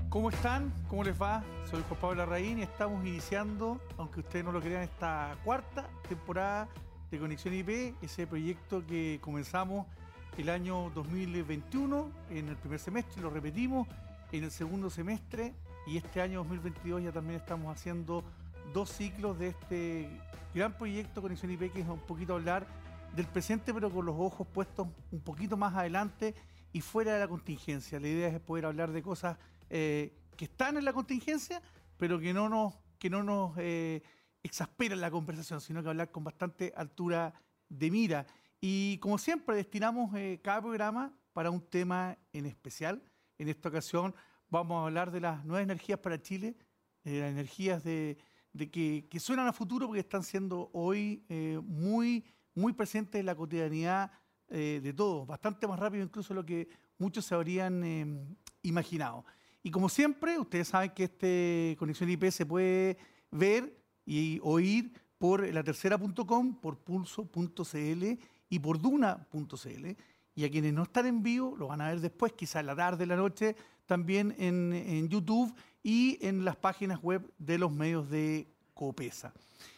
¿Cómo están? ¿Cómo les va? Soy Juan Pablo Larraín y estamos iniciando, aunque ustedes no lo crean, esta cuarta temporada de Conexión IP, ese proyecto que comenzamos el año 2021, en el primer semestre, lo repetimos en el segundo semestre, y este año 2022 ya también estamos haciendo 2 ciclos de este gran proyecto Conexión IP, que es un poquito hablar del presente, pero con los ojos puestos un poquito más adelante y fuera de la contingencia. La idea es poder hablar de cosas que están en la contingencia, pero que no nos exasperan la conversación, sino que hablar con bastante altura de mira. Y como siempre, destinamos cada programa para un tema en especial. En esta ocasión vamos a hablar de las nuevas energías para Chile, las energías que suenan a futuro porque están siendo hoy muy presentes en la cotidianidad de todos, bastante más rápido incluso de lo que muchos se habrían imaginado. Y como siempre, ustedes saben que este Conexión IP se puede ver y oír por latercera.com, por pulso.cl y por duna.cl. Y a quienes no están en vivo lo van a ver después, quizás en la tarde, en la noche, también en YouTube y en las páginas web de los medios de Copesa.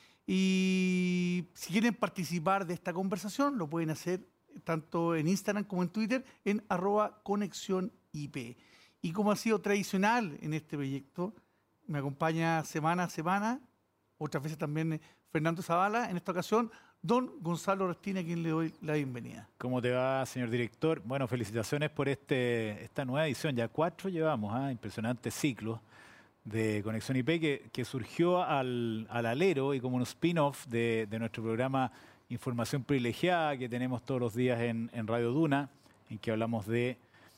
Y si quieren participar de esta conversación, lo pueden hacer tanto en Instagram como en Twitter, en @conexiónip. Y como ha sido tradicional en este proyecto, me acompaña semana a semana, otras veces también Fernando Zavala, en esta ocasión, don Gonzalo Restina, a quien le doy la bienvenida. ¿Cómo te va, señor director? Bueno, felicitaciones por esta nueva edición. Ya 4 llevamos, impresionante ciclo de Conexión IP que surgió al alero y como un spin-off de nuestro programa Información Privilegiada que tenemos todos los días en Radio Duna, en que hablamos de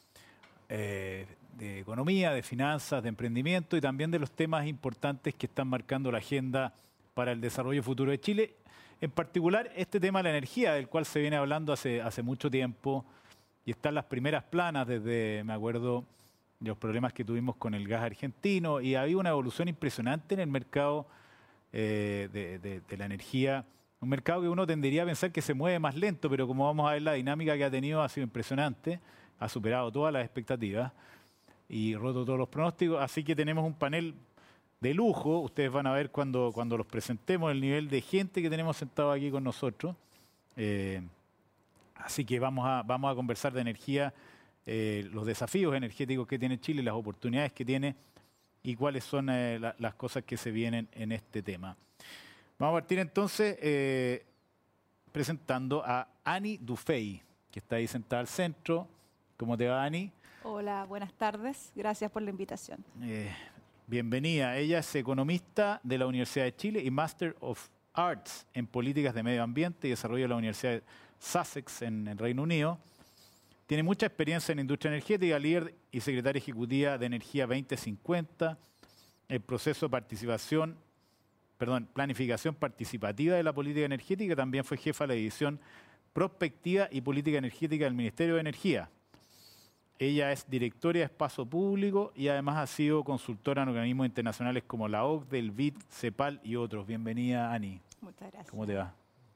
economía, de finanzas, de emprendimiento y también de los temas importantes que están marcando la agenda para el desarrollo futuro de Chile. En particular, este tema de la energía, del cual se viene hablando hace mucho tiempo y está en las primeras planas desde, me acuerdo, de los problemas que tuvimos con el gas argentino, y había una evolución impresionante en el mercado de la energía, un mercado que uno tendería a pensar que se mueve más lento, pero como vamos a ver, la dinámica que ha tenido ha sido impresionante, ha superado todas las expectativas y roto todos los pronósticos, así que tenemos un panel de lujo. Ustedes van a ver cuando los presentemos el nivel de gente que tenemos sentado aquí con nosotros. Así que vamos a conversar de energía, los desafíos energéticos que tiene Chile, las oportunidades que tiene y cuáles son las cosas que se vienen en este tema. Vamos a partir entonces presentando a Annie Dufey, que está ahí sentada al centro. ¿Cómo te va, Annie? Hola, buenas tardes. Gracias por la invitación. Bienvenida. Ella es economista de la Universidad de Chile y Master of Arts en Políticas de Medio Ambiente y Desarrollo de la Universidad de Sussex en el Reino Unido. Tiene mucha experiencia en industria energética, líder y secretaria ejecutiva de Energía 2050, el proceso de planificación participativa de la política energética. También fue jefa de la división Prospectiva y Política Energética del Ministerio de Energía. Ella es directora de Espacio Público y además ha sido consultora en organismos internacionales como la OCDE, el BID, CEPAL y otros. Bienvenida, Ani. Muchas gracias. ¿Cómo te va?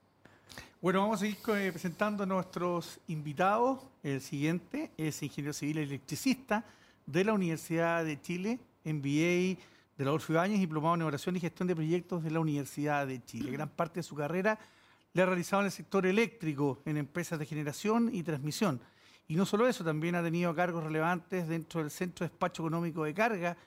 Bueno, vamos a seguir presentando a nuestros invitados. El siguiente es ingeniero civil y electricista de la Universidad de Chile, MBA de la Adolfo Ibáñez, diplomado en elaboración y gestión de proyectos de la Universidad de Chile. Gran parte de su carrera la ha realizado en el sector eléctrico, en empresas de generación y transmisión. Y no solo eso, también ha tenido cargos relevantes dentro del Centro de Despacho Económico de Carga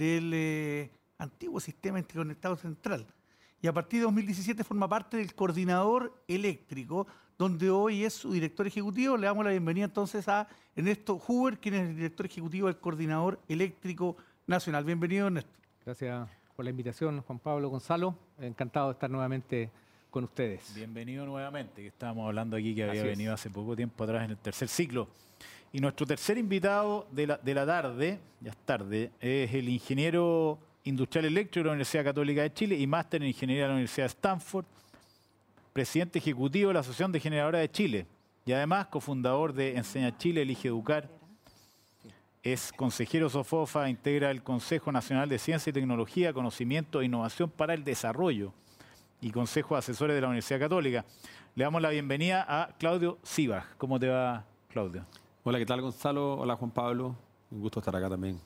del antiguo Sistema Interconectado Central. Y a partir de 2017 forma parte del Coordinador Eléctrico, donde hoy es su director ejecutivo. Le damos la bienvenida entonces a Ernesto Huber, quien es el director ejecutivo del Coordinador Eléctrico Nacional. Bienvenido, Ernesto. Gracias por la invitación, Juan Pablo, Gonzalo. Encantado de estar nuevamente con ustedes. Bienvenido nuevamente, que estábamos hablando aquí que había venido hace poco tiempo atrás en el tercer ciclo. Y nuestro tercer invitado de la tarde, ya es tarde, es el ingeniero industrial eléctrico de la Universidad Católica de Chile y máster en ingeniería de la Universidad de Stanford, presidente ejecutivo de la Asociación de Generadoras de Chile y además cofundador de Enseña Chile, Elige Educar. Es consejero SOFOFA, integra el Consejo Nacional de Ciencia y Tecnología, Conocimiento e Innovación para el Desarrollo y Consejo de Asesores de la Universidad Católica. Le damos la bienvenida a Claudio Sivag. ¿Cómo te va, Claudio? Hola, ¿qué tal, Gonzalo? Hola, Juan Pablo. Un gusto estar acá también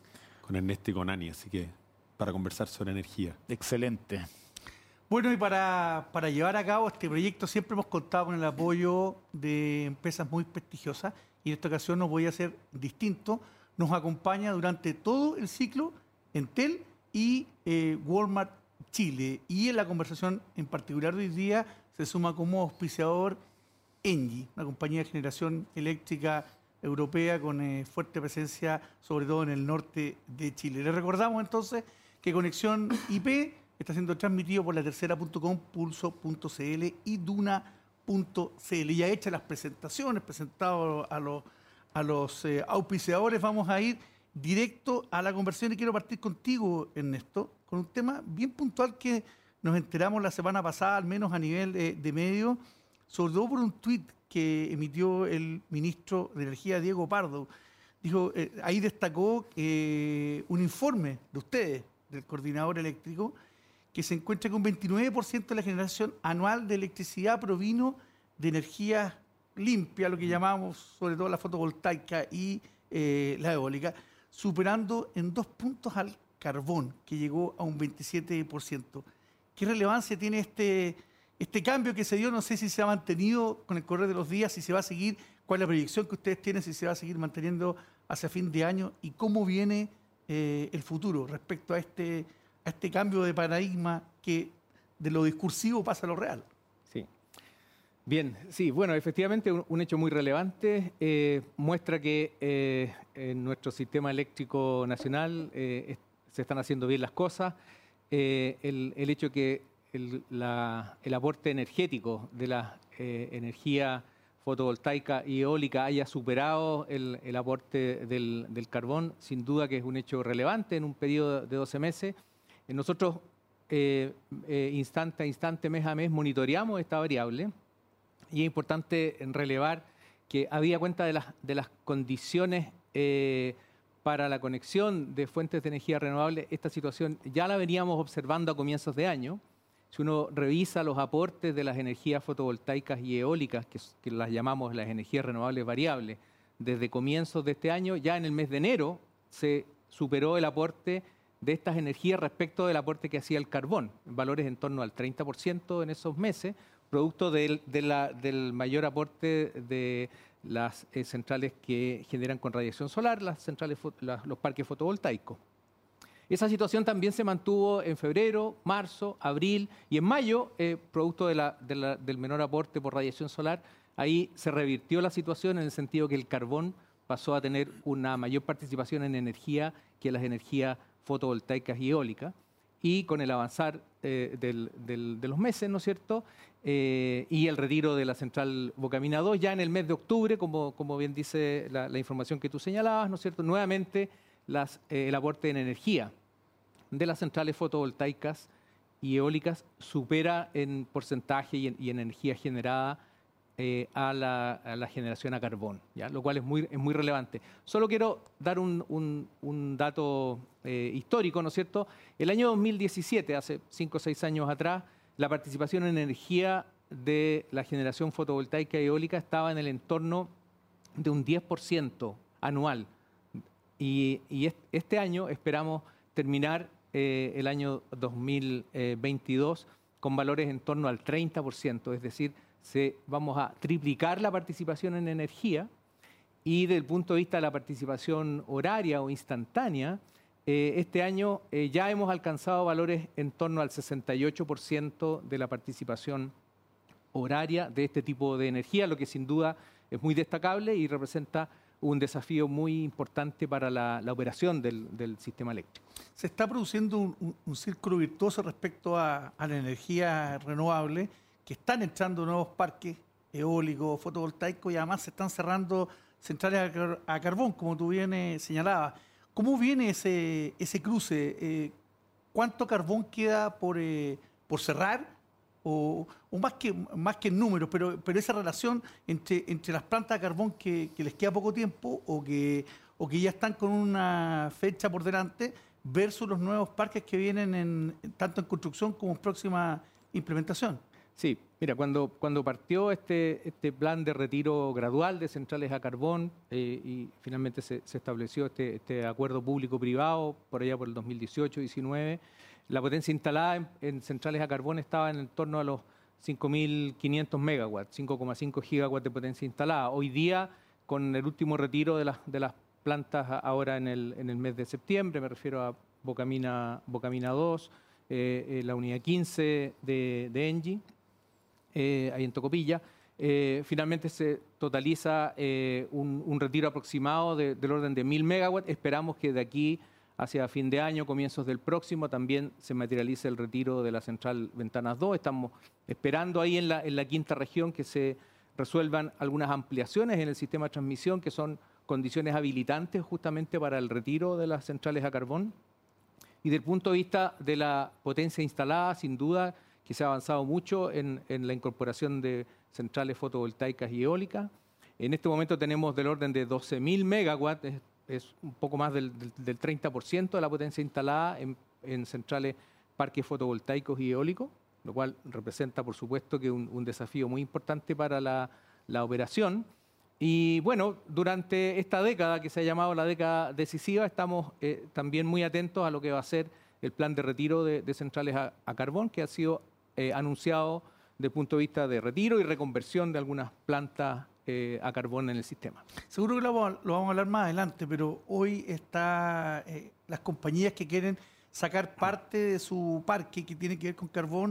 Ernesto y con Ani, así que para conversar sobre energía. Excelente. Bueno, y para llevar a cabo este proyecto siempre hemos contado con el apoyo de empresas muy prestigiosas y en esta ocasión nos voy a hacer distinto. Nos acompaña durante todo el ciclo Entel y Walmart Chile. Y en la conversación en particular de hoy día se suma como auspiciador Engie, una compañía de generación eléctrica europea con fuerte presencia sobre todo en el norte de Chile. Les recordamos entonces que Conexión IP está siendo transmitido por latercera.com, pulso.cl y duna.cl. Ya hechas las presentaciones, presentados a los auspiciadores, vamos a ir directo a la conversación y quiero partir contigo, Ernesto, con un tema bien puntual que nos enteramos la semana pasada, al menos a nivel de medios, sobre todo por un tuit que emitió el ministro de Energía, Diego Pardo. Dijo, ahí destacó un informe de ustedes, del coordinador eléctrico, que se encuentra que un 29% de la generación anual de electricidad provino de energía limpia, lo que llamamos sobre todo la fotovoltaica y la eólica, superando en 2 puntos al carbón, que llegó a un 27%. ¿Qué relevancia tiene este cambio que se dio? No sé si se ha mantenido con el correr de los días, si se va a seguir, cuál es la proyección que ustedes tienen, si se va a seguir manteniendo hacia fin de año y cómo viene el futuro respecto a este cambio de paradigma que de lo discursivo pasa a lo real. Sí. Bien, sí, bueno, efectivamente un hecho muy relevante muestra que en nuestro sistema eléctrico nacional se están haciendo bien las cosas. El hecho que el aporte energético de la energía fotovoltaica y eólica haya superado el aporte del carbón, sin duda que es un hecho relevante en un periodo de 12 meses. Nosotros instante a instante, mes a mes, monitoreamos esta variable y es importante relevar que habida cuenta de las condiciones para la conexión de fuentes de energía renovable, esta situación ya la veníamos observando a comienzos de año. Si uno revisa los aportes de las energías fotovoltaicas y eólicas, que las llamamos las energías renovables variables, desde comienzos de este año, ya en el mes de enero se superó el aporte de estas energías respecto del aporte que hacía el carbón, en valores en torno al 30% en esos meses, producto del mayor aporte de las centrales que generan con radiación solar, los parques fotovoltaicos. Esa situación también se mantuvo en febrero, marzo, abril y en mayo, producto del menor aporte por radiación solar. Ahí se revirtió la situación en el sentido que el carbón pasó a tener una mayor participación en energía que las energías fotovoltaicas y eólicas. Y con el avanzar de los meses, ¿no es cierto?, y el retiro de la central Bocamina 2, ya en el mes de octubre, como bien dice la información que tú señalabas, ¿no es cierto?, nuevamente el aporte en energía de las centrales fotovoltaicas y eólicas supera en porcentaje y en energía generada a la generación a carbón, ¿ya? Lo cual es muy relevante. Solo quiero dar un dato histórico, ¿no es cierto? El año 2017, hace 5 o 6 años atrás, la participación en energía de la generación fotovoltaica y eólica estaba en el entorno de un 10% anual. Y este año esperamos terminar el año 2022 con valores en torno al 30%, es decir, vamos a triplicar la participación en energía y desde el punto de vista de la participación horaria o instantánea, este año ya hemos alcanzado valores en torno al 68% de la participación horaria de este tipo de energía, lo que sin duda es muy destacable y representa un desafío muy importante para la operación del sistema eléctrico. Se está produciendo un círculo virtuoso respecto a la energía renovable, que están entrando nuevos parques eólicos, fotovoltaicos y además se están cerrando centrales a carbón, como tú bien señalabas. ¿Cómo viene ese cruce? ¿Cuánto carbón queda por cerrar? O más que en números, pero esa relación entre las plantas de carbón que les queda poco tiempo o que ya están con una fecha por delante versus los nuevos parques que vienen tanto en construcción como en próxima implementación. Sí, mira, cuando partió este plan de retiro gradual de centrales a carbón y finalmente se estableció este acuerdo público-privado por allá por el 2018-19, la potencia instalada en centrales a carbón estaba en torno a los 5.500 megawatts, 5,5 gigawatts de potencia instalada. Hoy día, con el último retiro de las plantas ahora en el mes de septiembre, me refiero a Bocamina 2, la unidad 15 de Engie, ahí en Tocopilla, finalmente se totaliza un retiro aproximado del orden de 1.000 megawatts. Esperamos que de aquí hacia fin de año, comienzos del próximo, también se materialice el retiro de la central Ventanas 2. Estamos esperando ahí en la quinta región que se resuelvan algunas ampliaciones en el sistema de transmisión, que son condiciones habilitantes justamente para el retiro de las centrales a carbón. Y desde el punto de vista de la potencia instalada, sin duda que se ha avanzado mucho en la incorporación de centrales fotovoltaicas y eólicas. En este momento tenemos del orden de 12.000 megawatts, es un poco más del 30% de la potencia instalada en centrales, parques fotovoltaicos y eólicos, lo cual representa, por supuesto, que un desafío muy importante para la operación. Y bueno, durante esta década, que se ha llamado la década decisiva, estamos también muy atentos a lo que va a ser el plan de retiro de centrales a carbón, que ha sido anunciado desde el punto de vista de retiro y reconversión de algunas plantas a carbón en el sistema. Seguro que lo vamos a hablar más adelante, pero hoy está las compañías que quieren sacar parte de su parque que tiene que ver con carbón,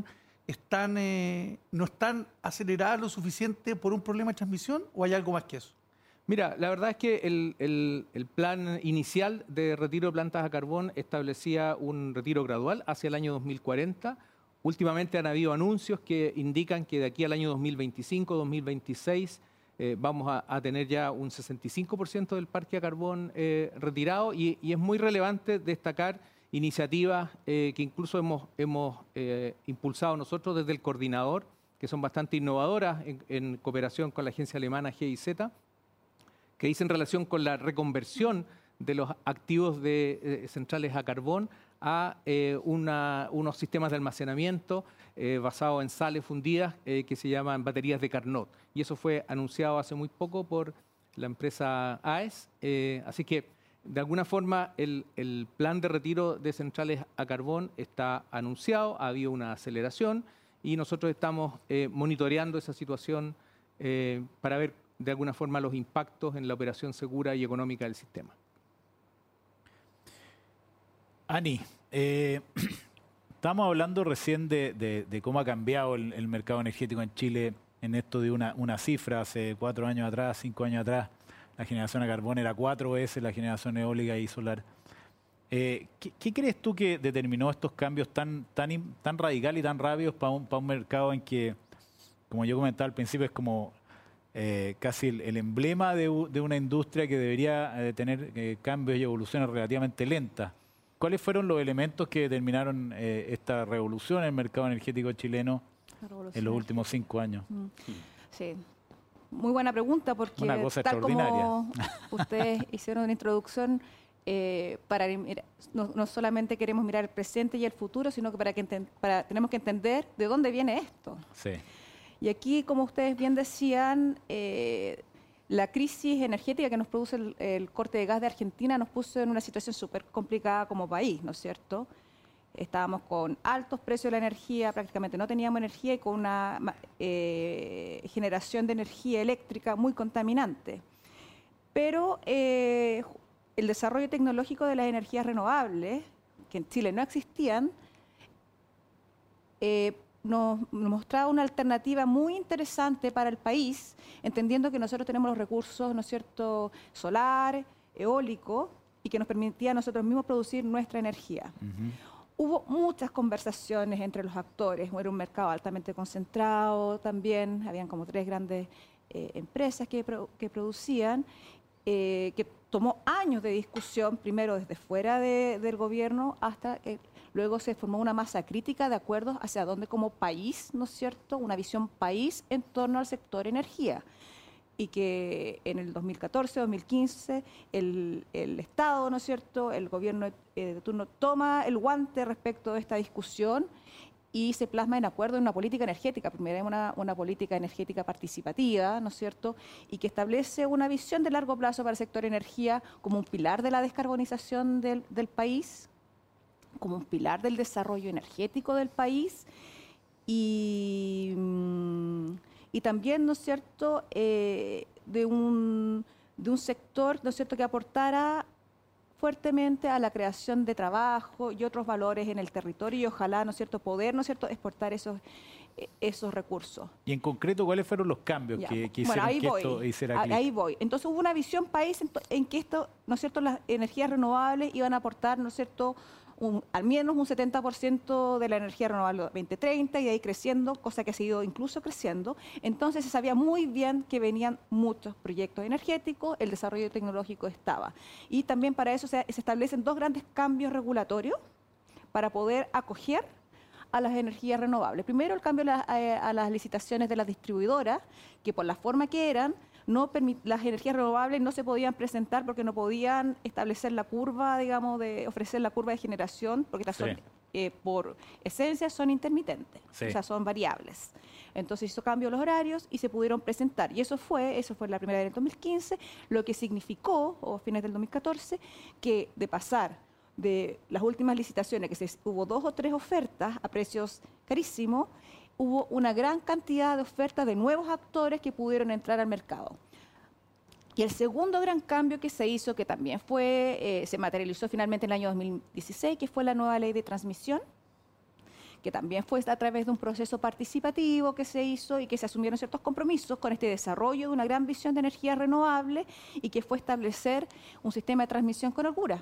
no están aceleradas lo suficiente por un problema de transmisión, ¿o hay algo más que eso? Mira, la verdad es que el plan inicial de retiro de plantas a carbón establecía un retiro gradual hacia el año 2040. Últimamente han habido anuncios que indican que de aquí al año 2025, 2026, vamos a tener ya un 65% del parque a carbón retirado y es muy relevante destacar iniciativas que incluso hemos impulsado nosotros desde el coordinador, que son bastante innovadoras en cooperación con la agencia alemana GIZ, que dicen relación con la reconversión de los activos de centrales a carbón a unos sistemas de almacenamiento basados en sales fundidas que se llaman baterías de Carnot. Y eso fue anunciado hace muy poco por la empresa AES. Así que, de alguna forma, el plan de retiro de centrales a carbón está anunciado, ha habido una aceleración y nosotros estamos monitoreando esa situación para ver, de alguna forma, los impactos en la operación segura y económica del sistema. Ani, estamos hablando recién de cómo ha cambiado el mercado energético en Chile en esto de una cifra. Hace 4 años atrás, 5 años atrás, la generación a carbón era 4 veces la generación eólica y solar. ¿Qué crees tú que determinó estos cambios tan radicales y tan rápidos para un mercado en que, como yo comentaba al principio, es como casi el emblema de una industria que debería tener cambios y evoluciones relativamente lentas? ¿Cuáles fueron los elementos que determinaron esta revolución en el mercado energético chileno en los últimos 5 años? Sí, muy buena pregunta, porque una cosa tal como extraordinaria. ustedes hicieron una introducción, no solamente queremos mirar el presente y el futuro, sino que tenemos que entender de dónde viene esto. Sí. Y aquí, como ustedes bien decían, la crisis energética que nos produce el corte de gas de Argentina nos puso en una situación súper complicada como país, ¿no es cierto? Estábamos con altos precios de la energía, prácticamente no teníamos energía y con una generación de energía eléctrica muy contaminante. Pero el desarrollo tecnológico de las energías renovables, que en Chile no existían, nos mostraba una alternativa muy interesante para el país, entendiendo que nosotros tenemos los recursos, ¿no es cierto?, solar, eólico, y que nos permitía a nosotros mismos producir nuestra energía. Hubo muchas conversaciones entre los actores, era un mercado altamente concentrado también, habían como 3 grandes empresas que producían, que tomó años de discusión, primero desde fuera del gobierno hasta que luego se formó una masa crítica de acuerdos hacia dónde como país, ¿no es cierto?, una visión país en torno al sector energía. Y que en el 2014, 2015, el Estado, ¿no es cierto?, el gobierno de turno toma el guante respecto de esta discusión y se plasma en acuerdo en una política energética, primero una política energética participativa, ¿no es cierto?, y que establece una visión de largo plazo para el sector energía como un pilar de la descarbonización del país, como un pilar del desarrollo energético del país y también, ¿no es cierto?, de un sector, ¿no es cierto?, que aportara fuertemente a la creación de trabajo y otros valores en el territorio y ojalá, ¿no es cierto?, poder, ¿no es cierto?, exportar esos recursos. Y en concreto, ¿cuáles fueron los cambios que hicieron que esto hiciera clic? Ahí voy. Entonces hubo una visión país en que esto, ¿no es cierto?, las energías renovables iban a aportar, ¿no es cierto?, al menos un 70% de la energía renovable 2030 y de ahí creciendo, cosa que ha seguido incluso creciendo. Entonces se sabía muy bien que venían muchos proyectos energéticos, el desarrollo tecnológico estaba. Y también para eso se establecen dos grandes cambios regulatorios para poder acoger a las energías renovables. Primero, el cambio a las licitaciones de las distribuidoras, que por la forma que eran, las energías renovables no se podían presentar porque no podían establecer la curva, digamos, de ofrecer la curva de generación, porque por esencia son intermitentes, o sea, son variables. Entonces hizo cambio los horarios y se pudieron presentar. Y eso fue la primera vez en el 2015, lo que significó, o fines del 2014, que de pasar de las últimas licitaciones, que hubo 2 o 3 ofertas a precios carísimos, hubo una gran cantidad de ofertas de nuevos actores que pudieron entrar al mercado. Y el segundo gran cambio que se hizo, que también se materializó finalmente en el año 2016, que fue la nueva ley de transmisión, que también fue a través de un proceso participativo que se hizo y que se asumieron ciertos compromisos con este desarrollo de una gran visión de energía renovable y que fue establecer un sistema de transmisión con holgura.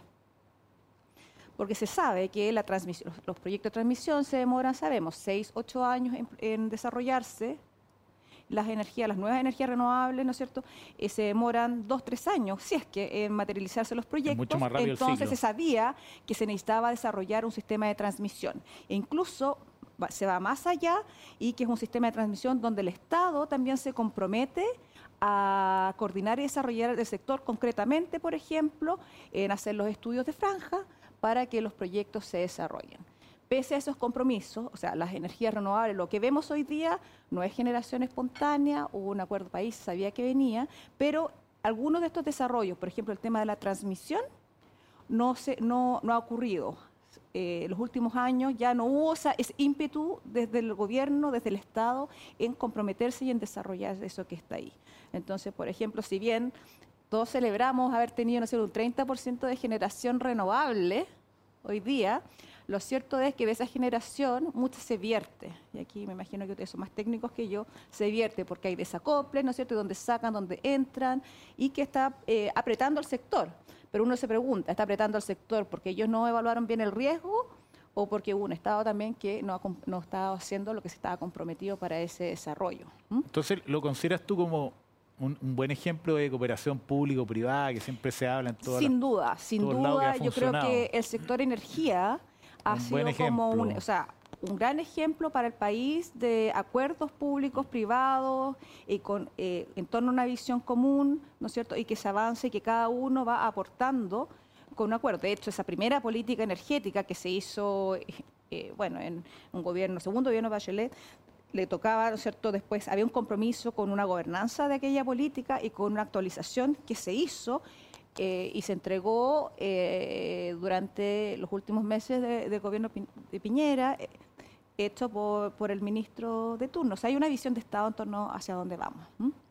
Porque se sabe que los proyectos de transmisión se demoran, 6, 8 años en desarrollarse. Las nuevas energías renovables, ¿no es cierto?, se demoran 2, 3 años, si es que en materializarse los proyectos. Mucho más rápido. Entonces se sabía que se necesitaba desarrollar un sistema de transmisión. E incluso se va más allá y que es un sistema de transmisión donde el Estado también se compromete a coordinar y desarrollar el sector concretamente, por ejemplo, en hacer los estudios de franja, para que los proyectos se desarrollen. Pese a esos compromisos, o sea, las energías renovables, lo que vemos hoy día no es generación espontánea, hubo un acuerdo país, sabía que venía, pero algunos de estos desarrollos, por ejemplo, el tema de la transmisión, no ha ocurrido. Los últimos años ya no hubo ese ímpetu desde el gobierno, desde el Estado, en comprometerse y en desarrollar eso que está ahí. Entonces, por ejemplo, si bien todos celebramos haber tenido, no sé, un 30% de generación renovable hoy día, lo cierto es que de esa generación mucha se vierte, y aquí me imagino que ustedes son más técnicos que yo, se vierte porque hay desacoples, ¿no es cierto?, donde sacan, donde entran, y que está apretando al sector. Pero uno se pregunta, ¿está apretando al sector porque ellos no evaluaron bien el riesgo o porque hubo un Estado también que no estaba haciendo lo que se estaba comprometido para ese desarrollo? Entonces, ¿lo consideras tú como un buen ejemplo de cooperación público-privada que siempre se habla en todas Sin duda, yo creo que el sector energía ha sido como un gran ejemplo para el país de acuerdos públicos, privados, en torno a una visión común, ¿no es cierto?, y que se avance y que cada uno va aportando con un acuerdo. De hecho, esa primera política energética que se hizo en un segundo gobierno de Bachelet, le tocaba, ¿no es cierto?, después había un compromiso con una gobernanza de aquella política y con una actualización que se hizo y se entregó durante los últimos meses del gobierno de Piñera, hecho por el ministro de turno. O sea, hay una visión de Estado en torno hacia dónde vamos.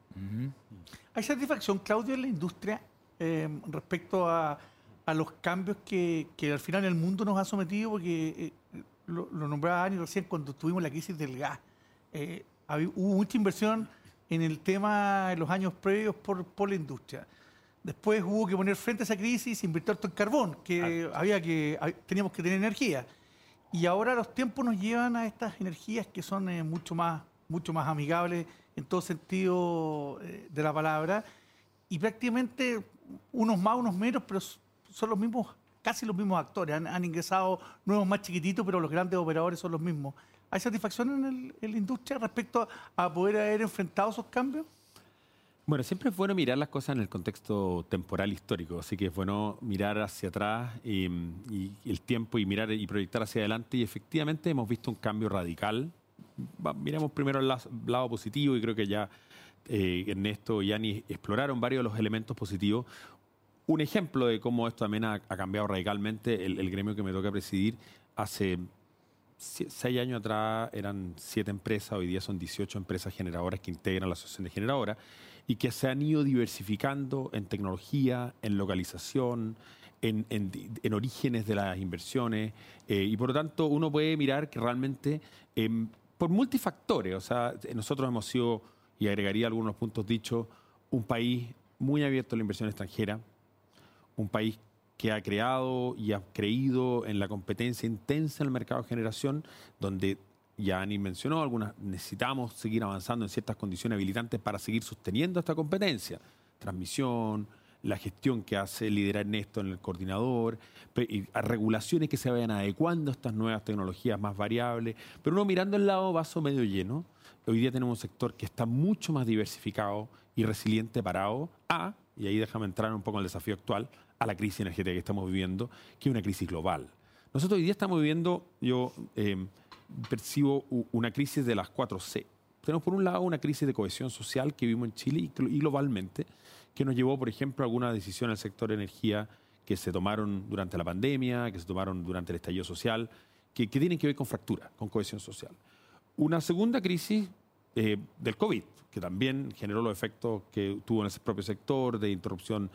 ¿Hay satisfacción, Claudio, en la industria respecto a los cambios que al final el mundo nos ha sometido? Porque lo nombraba Ani recién cuando tuvimos la crisis del gas. Hubo mucha inversión en el tema en los años previos por la industria. Después hubo que poner frente a esa crisis y se invirtió en carbón, que teníamos que tener energía. Y ahora los tiempos nos llevan a estas energías que son mucho más amigables en todo sentido de la palabra. Y prácticamente unos más, unos menos, pero son los mismos, casi los mismos actores. Han ingresado nuevos más chiquititos, pero los grandes operadores son los mismos. ¿Hay satisfacción en la industria respecto a poder haber enfrentado esos cambios? Bueno, siempre es bueno mirar las cosas en el contexto temporal histórico, así que es bueno mirar hacia atrás y el tiempo y mirar y proyectar hacia adelante, y efectivamente hemos visto un cambio radical. Miremos primero el lado positivo, y creo que ya Ernesto y Yani exploraron varios de los elementos positivos. Un ejemplo de cómo esto también ha cambiado radicalmente el gremio que me toca presidir. Hace 6 años atrás eran 7 empresas, hoy día son 18 empresas generadoras que integran la asociación de generadoras y que se han ido diversificando en tecnología, en localización, en orígenes de las inversiones, y por lo tanto uno puede mirar que realmente por multifactores, o sea, nosotros hemos sido, y agregaría algunos puntos dichos, un país muy abierto a la inversión extranjera, un país que ha creado y ha creído en la competencia intensa en el mercado de generación, donde ya Ani mencionó algunas, necesitamos seguir avanzando en ciertas condiciones habilitantes para seguir sosteniendo esta competencia. Transmisión, la gestión que hace liderar Ernesto en el coordinador, y a regulaciones que se vayan adecuando a estas nuevas tecnologías más variables, pero uno mirando el lado vaso medio lleno. Hoy día tenemos un sector que está mucho más diversificado y resiliente parado y ahí déjame entrar un poco en el desafío actual, a la crisis energética que estamos viviendo, que es una crisis global. Nosotros hoy día estamos viviendo, yo percibo una crisis de las 4C. Tenemos por un lado una crisis de cohesión social que vivimos en Chile y globalmente, que nos llevó, por ejemplo, a algunas decisiones en el sector de energía que se tomaron durante la pandemia, que se tomaron durante el estallido social, que tienen que ver con fractura, con cohesión social. Una segunda crisis del COVID, que también generó los efectos que tuvo en ese propio sector de interrupción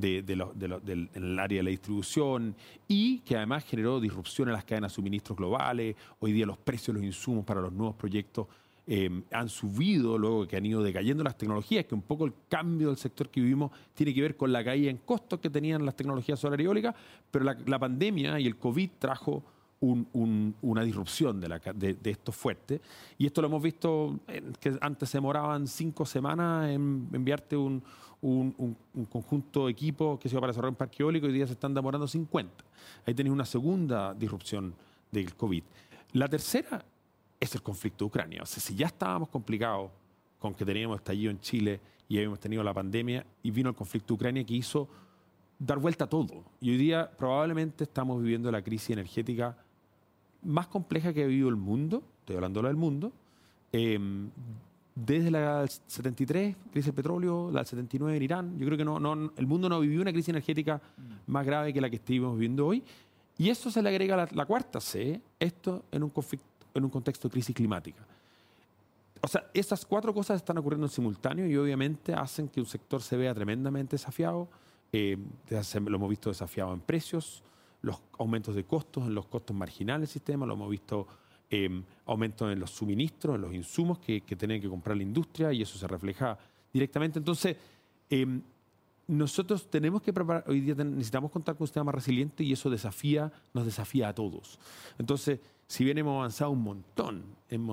en el área de la distribución, y que además generó disrupción en las cadenas de suministros globales. Hoy día los precios de los insumos para los nuevos proyectos han subido luego que han ido decayendo las tecnologías, que un poco el cambio del sector que vivimos tiene que ver con la caída en costos que tenían las tecnologías solar y eólicas, pero la pandemia y el COVID trajo una disrupción de esto fuerte. Y esto lo hemos visto, que antes se demoraban 5 semanas en enviarte un conjunto de equipos que se iba para desarrollar un parque eólico, y hoy día se están demorando 50. Ahí tenéis una segunda disrupción del COVID. La tercera es el conflicto de Ucrania. O sea, si ya estábamos complicados con que teníamos estallido en Chile y habíamos tenido la pandemia, y vino el conflicto de Ucrania que hizo dar vuelta a todo. Y hoy día probablemente estamos viviendo la crisis energética más compleja que ha vivido el mundo, estoy hablando del mundo, desde la 73, crisis del petróleo, la 79 en Irán. Yo creo que el mundo no vivió una crisis energética más grave que la que estamos viviendo hoy. Y eso se le agrega la cuarta C, esto en un contexto de crisis climática. O sea, esas 4 cosas están ocurriendo en simultáneo y obviamente hacen que un sector se vea tremendamente desafiado. Lo hemos visto desafiado en precios, los aumentos de costos, en los costos marginales del sistema, lo hemos visto aumentos en los suministros, en los insumos que tiene que comprar la industria, y eso se refleja directamente. Entonces, nosotros tenemos que preparar, hoy día necesitamos contar con un sistema más resiliente, y eso nos desafía a todos. Entonces, si bien hemos avanzado un montón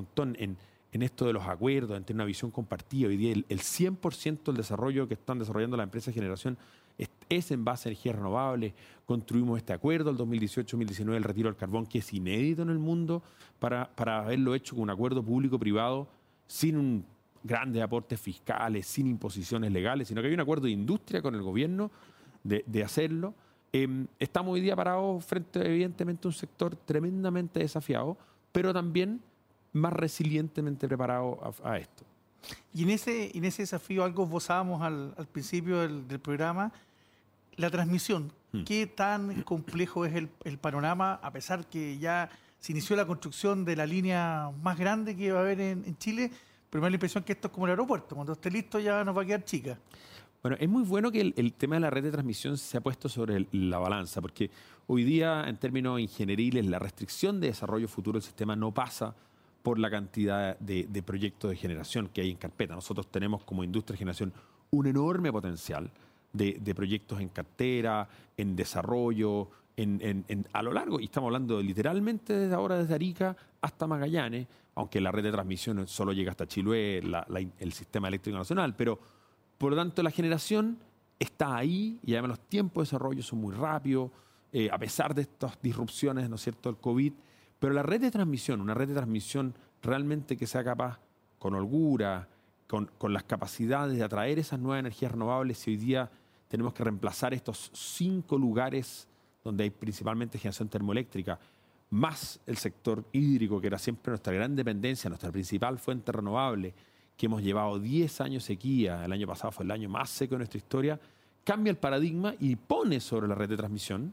en esto de los acuerdos, en tener una visión compartida, hoy día el 100% del desarrollo que están desarrollando las empresas de generación es en base a energías renovables. Construimos este acuerdo el 2018-2019 del retiro del carbón, que es inédito en el mundo, para haberlo hecho con un acuerdo público-privado, sin grandes aportes fiscales, sin imposiciones legales, sino que hay un acuerdo de industria con el gobierno de hacerlo. Estamos hoy día parados frente, evidentemente, a un sector tremendamente desafiado, pero también más resilientemente preparado a esto. Y en ese desafío algo esbozábamos al principio del programa, la transmisión. ¿Qué tan complejo es el panorama, a pesar que ya se inició la construcción de la línea más grande que va a haber en Chile? Pero me da la impresión que esto es como el aeropuerto, cuando esté listo ya nos va a quedar chica. Bueno, es muy bueno que el tema de la red de transmisión se ha puesto sobre la balanza, porque hoy día, en términos ingenieriles, la restricción de desarrollo futuro del sistema no pasa por la cantidad de proyectos de generación que hay en carpeta. Nosotros tenemos como industria de generación un enorme potencial de proyectos en cartera, en desarrollo, a lo largo, y estamos hablando literalmente desde ahora, desde Arica hasta Magallanes, aunque la red de transmisión solo llega hasta Chiloé, el sistema eléctrico nacional, pero por lo tanto la generación está ahí, y además los tiempos de desarrollo son muy rápidos, a pesar de estas disrupciones, ¿no es cierto?, del COVID. Pero la red de transmisión, una red de transmisión realmente que sea capaz, con holgura, con las capacidades de atraer esas nuevas energías renovables, si hoy día tenemos que reemplazar estos 5 lugares donde hay principalmente generación termoeléctrica, más el sector hídrico, que era siempre nuestra gran dependencia, nuestra principal fuente renovable, que hemos llevado 10 años sequía, el año pasado fue el año más seco de nuestra historia, cambia el paradigma y pone sobre la red de transmisión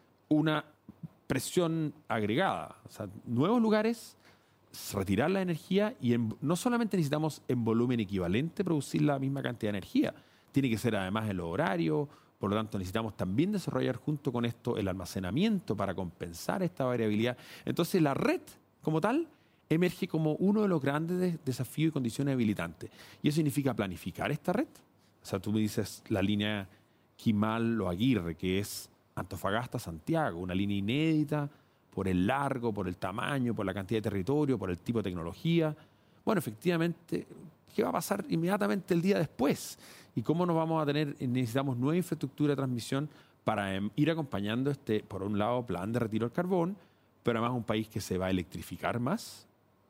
una presión agregada. O sea, nuevos lugares, retirar la energía y no solamente necesitamos en volumen equivalente producir la misma cantidad de energía, tiene que ser además el horario, por lo tanto necesitamos también desarrollar junto con esto el almacenamiento para compensar esta variabilidad. Entonces la red como tal emerge como uno de los grandes desafíos y condiciones habilitantes. Y eso significa planificar esta red. O sea, tú me dices la línea Quimal o Aguirre, que es Antofagasta-Santiago, una línea inédita por el largo, por el tamaño, por la cantidad de territorio, por el tipo de tecnología. Bueno, efectivamente, ¿qué va a pasar inmediatamente el día después? ¿Y cómo nos vamos a tener? Necesitamos nueva infraestructura de transmisión para ir acompañando por un lado, plan de retiro del carbón, pero además un país que se va a electrificar más.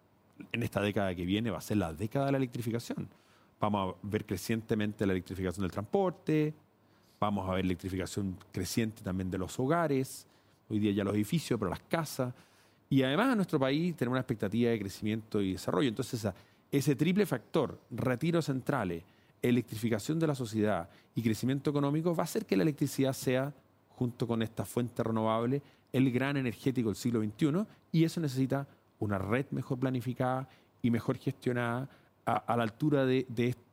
En esta década que viene va a ser la década de la electrificación. Vamos a ver crecientemente la electrificación del transporte, vamos a ver electrificación creciente también de los hogares, hoy día ya los edificios, pero las casas. Y además en nuestro país tenemos una expectativa de crecimiento y desarrollo. Entonces ese triple factor, retiro de centrales, electrificación de la sociedad y crecimiento económico, va a hacer que la electricidad sea, junto con esta fuente renovable, el gran energético del siglo XXI, y eso necesita una red mejor planificada y mejor gestionada a la altura de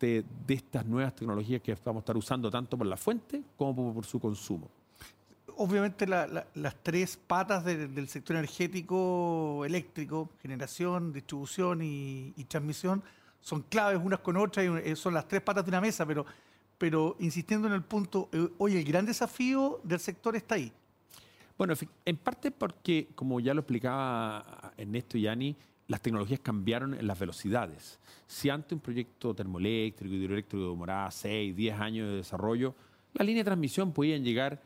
estas nuevas tecnologías que vamos a estar usando tanto por la fuente como por su consumo. Obviamente las 3 patas del sector energético, eléctrico, generación, distribución y transmisión, son claves unas con otras y son las 3 patas de una mesa, pero insistiendo en el punto, hoy el gran desafío del sector está ahí. Bueno, en parte porque, como ya lo explicaba Ernesto y Yani, las tecnologías cambiaron en las velocidades. Si antes un proyecto termoeléctrico, hidroeléctrico demoraba 6, 10 años de desarrollo, las líneas de transmisión podían llegar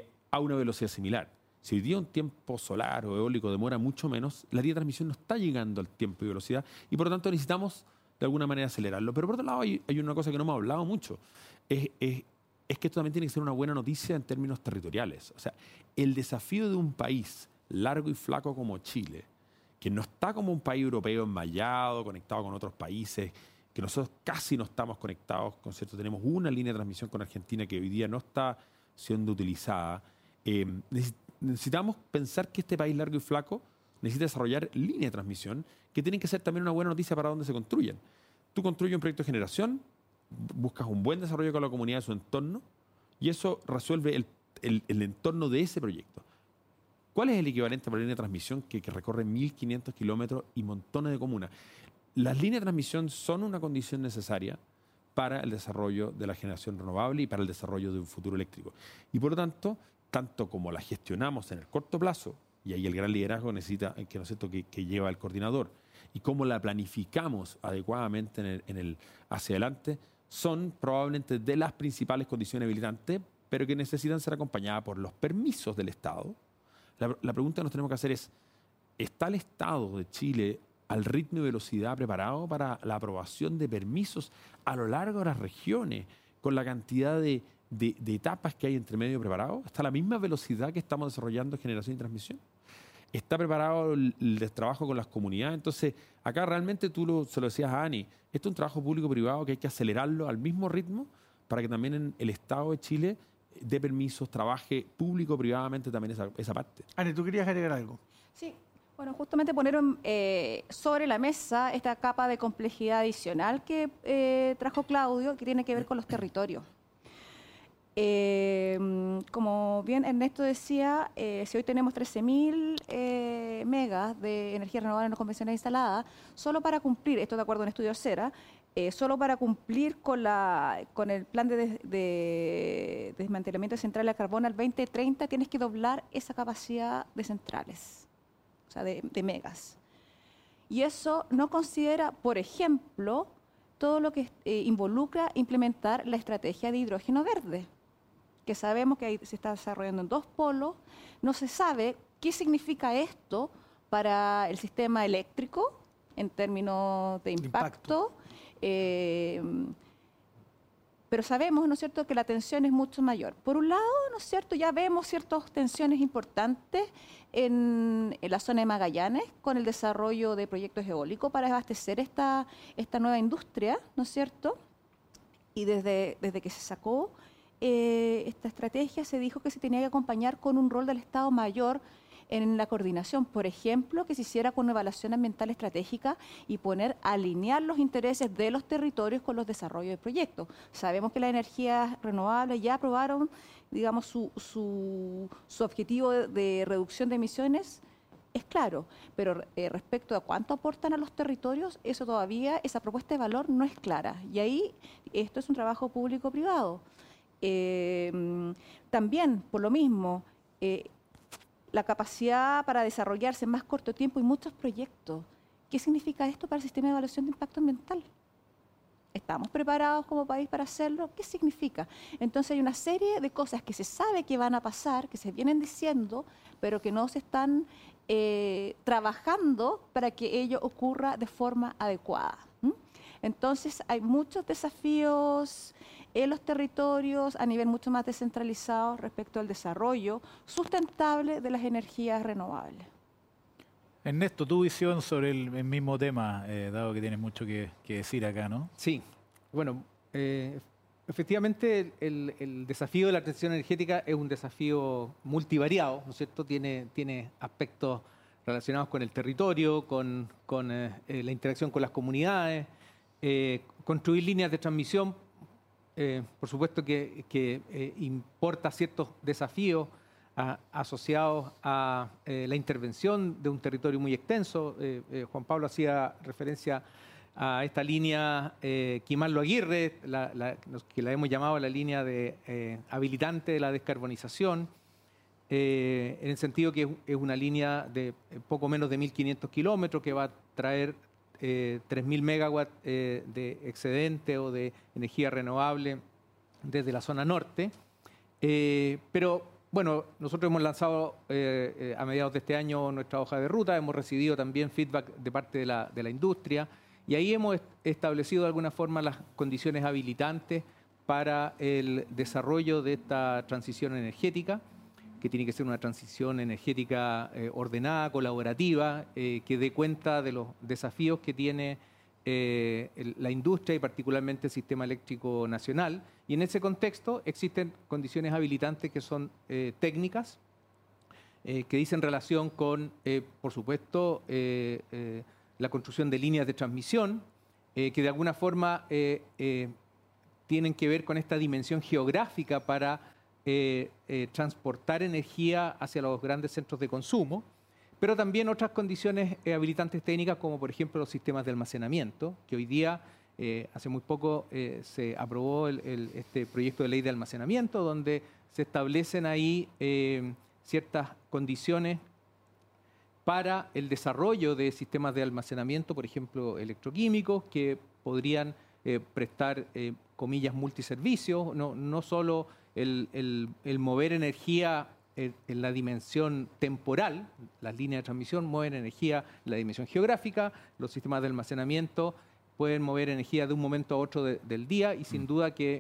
a una velocidad similar. Si hoy día un tiempo solar o eólico demora mucho menos, la línea de transmisión no está llegando al tiempo y velocidad y por lo tanto necesitamos de alguna manera acelerarlo. Pero por otro lado hay una cosa que no hemos hablado mucho, es que esto también tiene que ser una buena noticia en términos territoriales. O sea, el desafío de un país largo y flaco como Chile, que no está como un país europeo enmallado, conectado con otros países, que nosotros casi no estamos conectados, con cierto, tenemos una línea de transmisión con Argentina que hoy día no está siendo utilizada. Necesitamos pensar que este país largo y flaco necesita desarrollar líneas de transmisión que tienen que ser también una buena noticia para donde se construyen. Tú construyes un proyecto de generación, buscas un buen desarrollo con la comunidad de su entorno y eso resuelve el entorno de ese proyecto. ¿Cuál es el equivalente para la línea de transmisión que recorre 1.500 kilómetros y montones de comunas? Las líneas de transmisión son una condición necesaria para el desarrollo de la generación renovable y para el desarrollo de un futuro eléctrico. Y por lo tanto, tanto como la gestionamos en el corto plazo, y ahí el gran liderazgo necesita que lleva el coordinador, y cómo la planificamos adecuadamente hacia adelante, son probablemente de las principales condiciones habilitantes, pero que necesitan ser acompañadas por los permisos del Estado. La pregunta que nos tenemos que hacer es, ¿está el Estado de Chile al ritmo y velocidad preparado para la aprobación de permisos a lo largo de las regiones, con la cantidad de etapas que hay entre medio preparado? ¿Está a la misma velocidad que estamos desarrollando generación y transmisión? ¿Está preparado el trabajo con las comunidades? Entonces, acá realmente se lo decías a Ani, esto es un trabajo público-privado que hay que acelerarlo al mismo ritmo para que también en el Estado de Chile dé permisos, trabaje público-privadamente también esa parte. Ani, ¿tú querías agregar algo? Sí, bueno, justamente poner sobre la mesa esta capa de complejidad adicional que trajo Claudio, que tiene que ver con los territorios. Como bien Ernesto decía, si hoy tenemos 13.000 megas de energía renovable no convencional instalada, solo para cumplir, esto de acuerdo a un estudio CERA, solo para cumplir con el plan de desmantelamiento de centrales de carbón al 2030 tienes que doblar esa capacidad de centrales, o sea, de megas. Y eso no considera, por ejemplo, todo lo que involucra implementar la estrategia de hidrógeno verde, que sabemos que ahí se está desarrollando en 2 polos. No se sabe qué significa esto para el sistema eléctrico en términos de impacto. Pero sabemos, ¿no es cierto?, que la tensión es mucho mayor. Por un lado, ¿no es cierto?, ya vemos ciertas tensiones importantes en la zona de Magallanes con el desarrollo de proyectos eólicos para abastecer esta nueva industria, ¿no es cierto? Y desde que se sacó esta estrategia se dijo que se tenía que acompañar con un rol del Estado mayor en la coordinación, por ejemplo, que se hiciera con una evaluación ambiental estratégica y alinear los intereses de los territorios con los desarrollos de proyectos. Sabemos que las energías renovables ya aprobaron, digamos, su objetivo de reducción de emisiones, es claro, pero respecto a cuánto aportan a los territorios, eso todavía, esa propuesta de valor no es clara. Y ahí esto es un trabajo público-privado. También, por lo mismo, la capacidad para desarrollarse en más corto tiempo y muchos proyectos. ¿Qué significa esto para el sistema de evaluación de impacto ambiental? ¿Estamos preparados como país para hacerlo? ¿Qué significa? Entonces hay una serie de cosas que se sabe que van a pasar, que se vienen diciendo, pero que no se están trabajando para que ello ocurra de forma adecuada. Entonces hay muchos desafíos en los territorios a nivel mucho más descentralizado respecto al desarrollo sustentable de las energías renovables. Ernesto, tu visión sobre el mismo tema, dado que tienes mucho que decir acá, ¿no? Sí, bueno, efectivamente el desafío de la transición energética es un desafío multivariado, ¿no es cierto? Tiene aspectos relacionados con el territorio, con la interacción con las comunidades, construir líneas de transmisión. Por supuesto que importa ciertos desafíos asociados a la intervención de un territorio muy extenso. Juan Pablo hacía referencia a esta línea Quimarlo Aguirre, que la hemos llamado la línea de habilitante de la descarbonización, en el sentido que es una línea de poco menos de 1.500 kilómetros que va a traer 3.000 megawatts de excedente o de energía renovable desde la zona norte. Pero, bueno, nosotros hemos lanzado a mediados de este año nuestra hoja de ruta, hemos recibido también feedback de parte de la industria y ahí hemos establecido de alguna forma las condiciones habilitantes para el desarrollo de esta transición energética, que tiene que ser una transición energética ordenada, colaborativa, que dé cuenta de los desafíos que tiene la industria y particularmente el sistema eléctrico nacional. Y en ese contexto existen condiciones habilitantes que son técnicas, que dicen relación con, por supuesto, la construcción de líneas de transmisión, que de alguna forma tienen que ver con esta dimensión geográfica para transportar energía hacia los grandes centros de consumo, pero también otras condiciones habilitantes técnicas, como por ejemplo los sistemas de almacenamiento, que hoy día, hace muy poco, se aprobó este proyecto de ley de almacenamiento, donde se establecen ahí ciertas condiciones para el desarrollo de sistemas de almacenamiento, por ejemplo, electroquímicos, que podrían prestar, comillas, multiservicios, no solo el mover energía en la dimensión temporal, las líneas de transmisión mueven energía en la dimensión geográfica, los sistemas de almacenamiento pueden mover energía de un momento a otro del día y sin duda que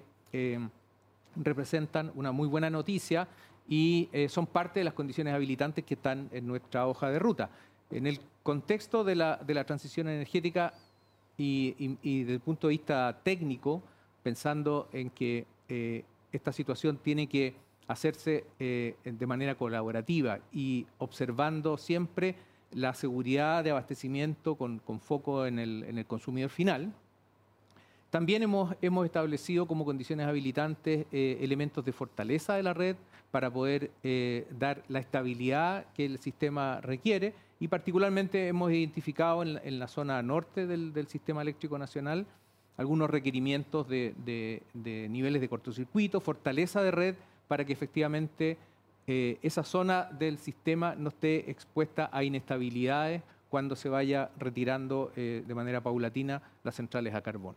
representan una muy buena noticia y son parte de las condiciones habilitantes que están en nuestra hoja de ruta. En el contexto de la transición energética y desde el punto de vista técnico, pensando en que esta situación tiene que hacerse de manera colaborativa y observando siempre la seguridad de abastecimiento con foco en el consumidor final. También hemos establecido como condiciones habilitantes elementos de fortaleza de la red para poder dar la estabilidad que el sistema requiere y particularmente hemos identificado en la zona norte del sistema eléctrico nacional algunos requerimientos de niveles de cortocircuito, fortaleza de red, para que efectivamente esa zona del sistema no esté expuesta a inestabilidades cuando se vaya retirando de manera paulatina las centrales a carbón.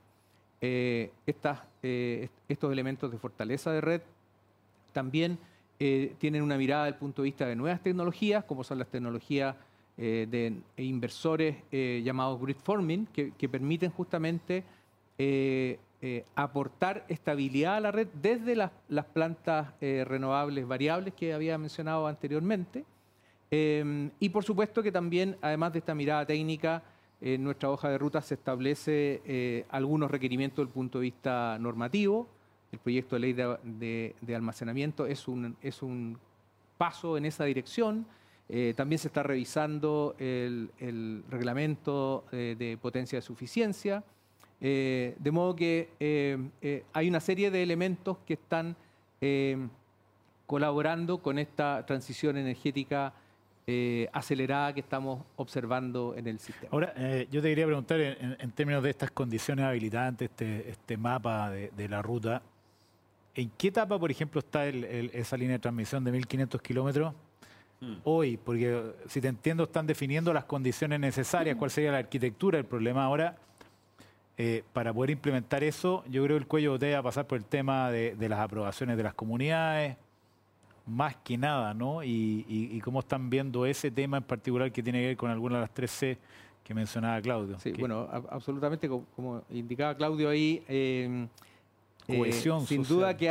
Estos elementos de fortaleza de red también tienen una mirada desde el punto de vista de nuevas tecnologías, como son las tecnologías de inversores llamados grid forming, que permiten justamente aportar estabilidad a la red desde las plantas renovables variables que había mencionado anteriormente. Y por supuesto que también, además de esta mirada técnica, en nuestra hoja de ruta se establece algunos requerimientos desde el punto de vista normativo. El proyecto de ley de almacenamiento es un paso en esa dirección. También se está revisando el reglamento de potencia de suficiencia. De modo que hay una serie de elementos que están colaborando con esta transición energética acelerada que estamos observando en el sistema. Ahora, yo te quería preguntar en términos de estas condiciones habilitantes, este mapa de la ruta, ¿en qué etapa, por ejemplo, está esa línea de transmisión de 1.500 kilómetros hoy? Porque si te entiendo, están definiendo las condiciones necesarias, cuál sería la arquitectura. El problema ahora, para poder implementar eso, yo creo que el cuello de botella va a pasar por el tema de las aprobaciones de las comunidades, más que nada, ¿no? Y cómo están viendo ese tema en particular que tiene que ver con alguna de las 3C que mencionaba Claudio. Sí, bueno, absolutamente, como indicaba Claudio ahí, cohesión sin social. duda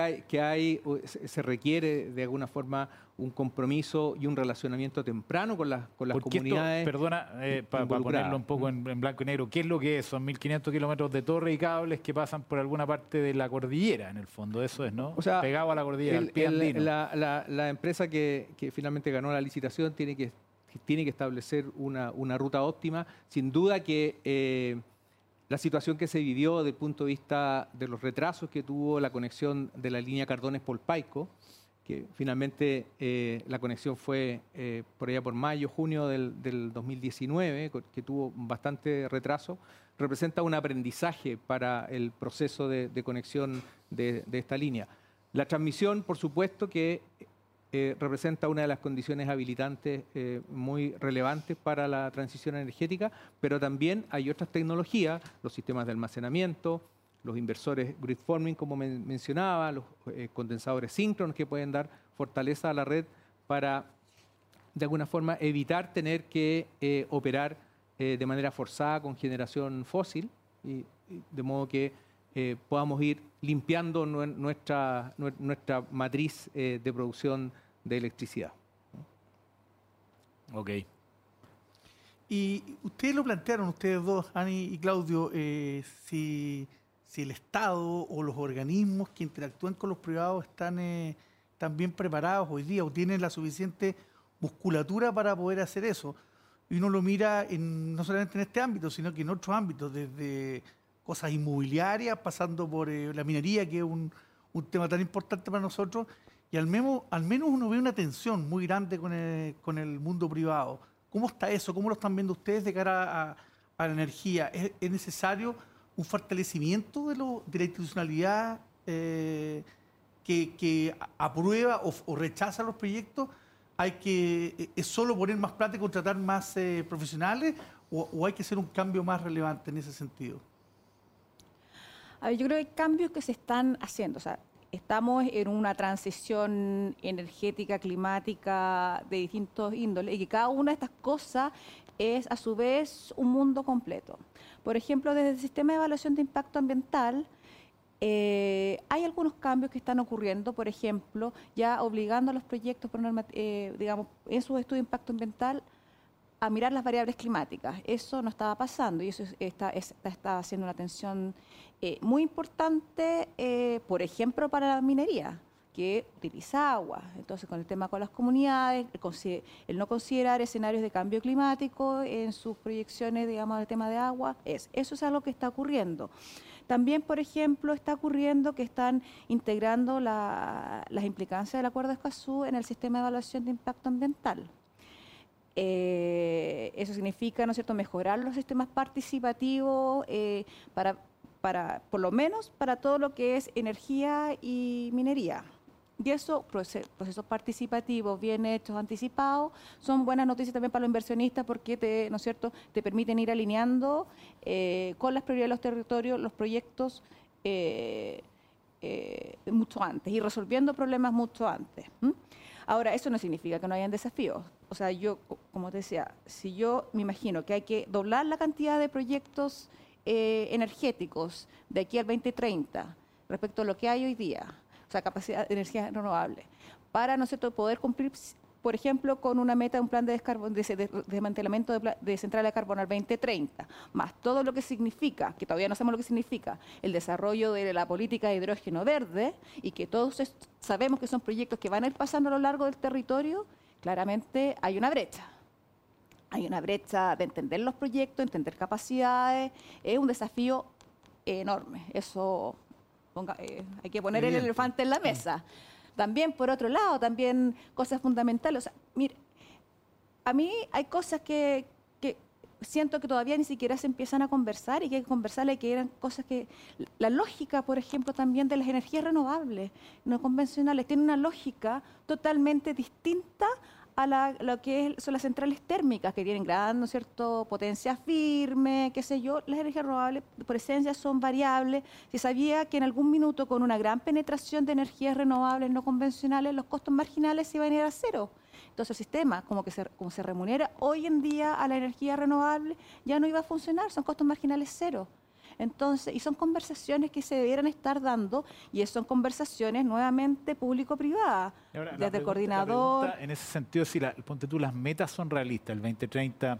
se requiere de alguna forma un compromiso y un relacionamiento temprano con las comunidades. Perdona, para ponerlo un poco en blanco y negro, ¿qué es lo que es? Son 1.500 kilómetros de torre y cables que pasan por alguna parte de la cordillera, en el fondo, eso es, ¿no? O sea, pegado a la cordillera, al pie andino. La empresa que finalmente ganó la licitación tiene que establecer una ruta óptima. Sin duda que la situación que se vivió desde el punto de vista de los retrasos que tuvo la conexión de la línea Cardones-Polpaico, que finalmente la conexión fue por allá por mayo, junio del 2019, que tuvo bastante retraso, representa un aprendizaje para el proceso de conexión de esta línea. La transmisión, por supuesto, que representa una de las condiciones habilitantes muy relevantes para la transición energética, pero también hay otras tecnologías, los sistemas de almacenamiento, los inversores grid forming, como mencionaba, los condensadores síncronos que pueden dar fortaleza a la red para, de alguna forma, evitar tener que operar de manera forzada con generación fósil, y de modo que podamos ir limpiando nuestra matriz de producción de electricidad. Ok. Y ustedes lo plantearon, ustedes dos, Ani y Claudio, si el Estado o los organismos que interactúan con los privados están bien preparados hoy día o tienen la suficiente musculatura para poder hacer eso. Y uno lo mira no solamente en este ámbito, sino que en otros ámbitos, desde cosas inmobiliarias, pasando por la minería, que es un tema tan importante para nosotros, y al menos uno ve una tensión muy grande con el mundo privado. ¿Cómo está eso? ¿Cómo lo están viendo ustedes de cara a la energía? ¿Es necesario un fortalecimiento de la institucionalidad que aprueba o rechaza los proyectos? ¿Es solo poner más plata y contratar más profesionales o hay que hacer un cambio más relevante en ese sentido? A ver, yo creo que hay cambios que se están haciendo. O sea, estamos en una transición energética, climática de distintos índoles y que cada una de estas cosas es a su vez un mundo completo. Por ejemplo, desde el sistema de evaluación de impacto ambiental hay algunos cambios que están ocurriendo, por ejemplo, ya obligando a los proyectos digamos, en su estudio de impacto ambiental a mirar las variables climáticas. Eso no estaba pasando y eso está haciendo una atención muy importante, por ejemplo, para la minería, que utiliza agua. Entonces, con el tema con las comunidades, el no considerar escenarios de cambio climático en sus proyecciones, digamos, del tema de agua, eso es algo que está ocurriendo. También, por ejemplo, está ocurriendo que están integrando las implicancias del Acuerdo de Escazú en el sistema de evaluación de impacto ambiental. Eso significa, ¿no es cierto?, mejorar los sistemas participativos por lo menos para todo lo que es energía y minería. Y eso, procesos participativos bien hechos, anticipados, son buenas noticias también para los inversionistas porque ¿no es cierto?, te permiten ir alineando con las prioridades de los territorios, los proyectos mucho antes y resolviendo problemas mucho antes. Ahora, eso no significa que no hayan desafíos. O sea, yo, como te decía, si yo me imagino que hay que doblar la cantidad de proyectos energéticos de aquí al 2030 respecto a lo que hay hoy día, o sea, capacidad de energía renovable, para, ¿no es cierto?, poder cumplir, por ejemplo, con una meta, un plan de desmantelamiento de centrales de carbono al 2030, más todo lo que significa, que todavía no sabemos lo que significa, el desarrollo de la política de hidrógeno verde, y que todos sabemos que son proyectos que van a ir pasando a lo largo del territorio, claramente hay una brecha. Hay una brecha de entender los proyectos, entender capacidades, es un desafío enorme. Eso hay que poner el elefante en la mesa. También, por otro lado, también cosas fundamentales. O sea, mire, a mí hay cosas que siento que todavía ni siquiera se empiezan a conversar, y que hay que conversarle, que eran cosas que... La lógica, por ejemplo, también de las energías renovables, no convencionales, tiene una lógica totalmente distinta a lo que son las centrales térmicas, que tienen gran, ¿no es cierto?, potencia firme, qué sé yo. Las energías renovables, por esencia, son variables. Se sabía que en algún minuto, con una gran penetración de energías renovables no convencionales, los costos marginales se iban a ir a cero. Entonces, el sistema, como se remunera hoy en día a la energía renovable, ya no iba a funcionar, son costos marginales cero. Entonces, y son conversaciones que se debieran estar dando, y son conversaciones nuevamente público-privadas, desde el coordinador. La pregunta, en ese sentido, si ponte tú, las metas son realistas, el 2030,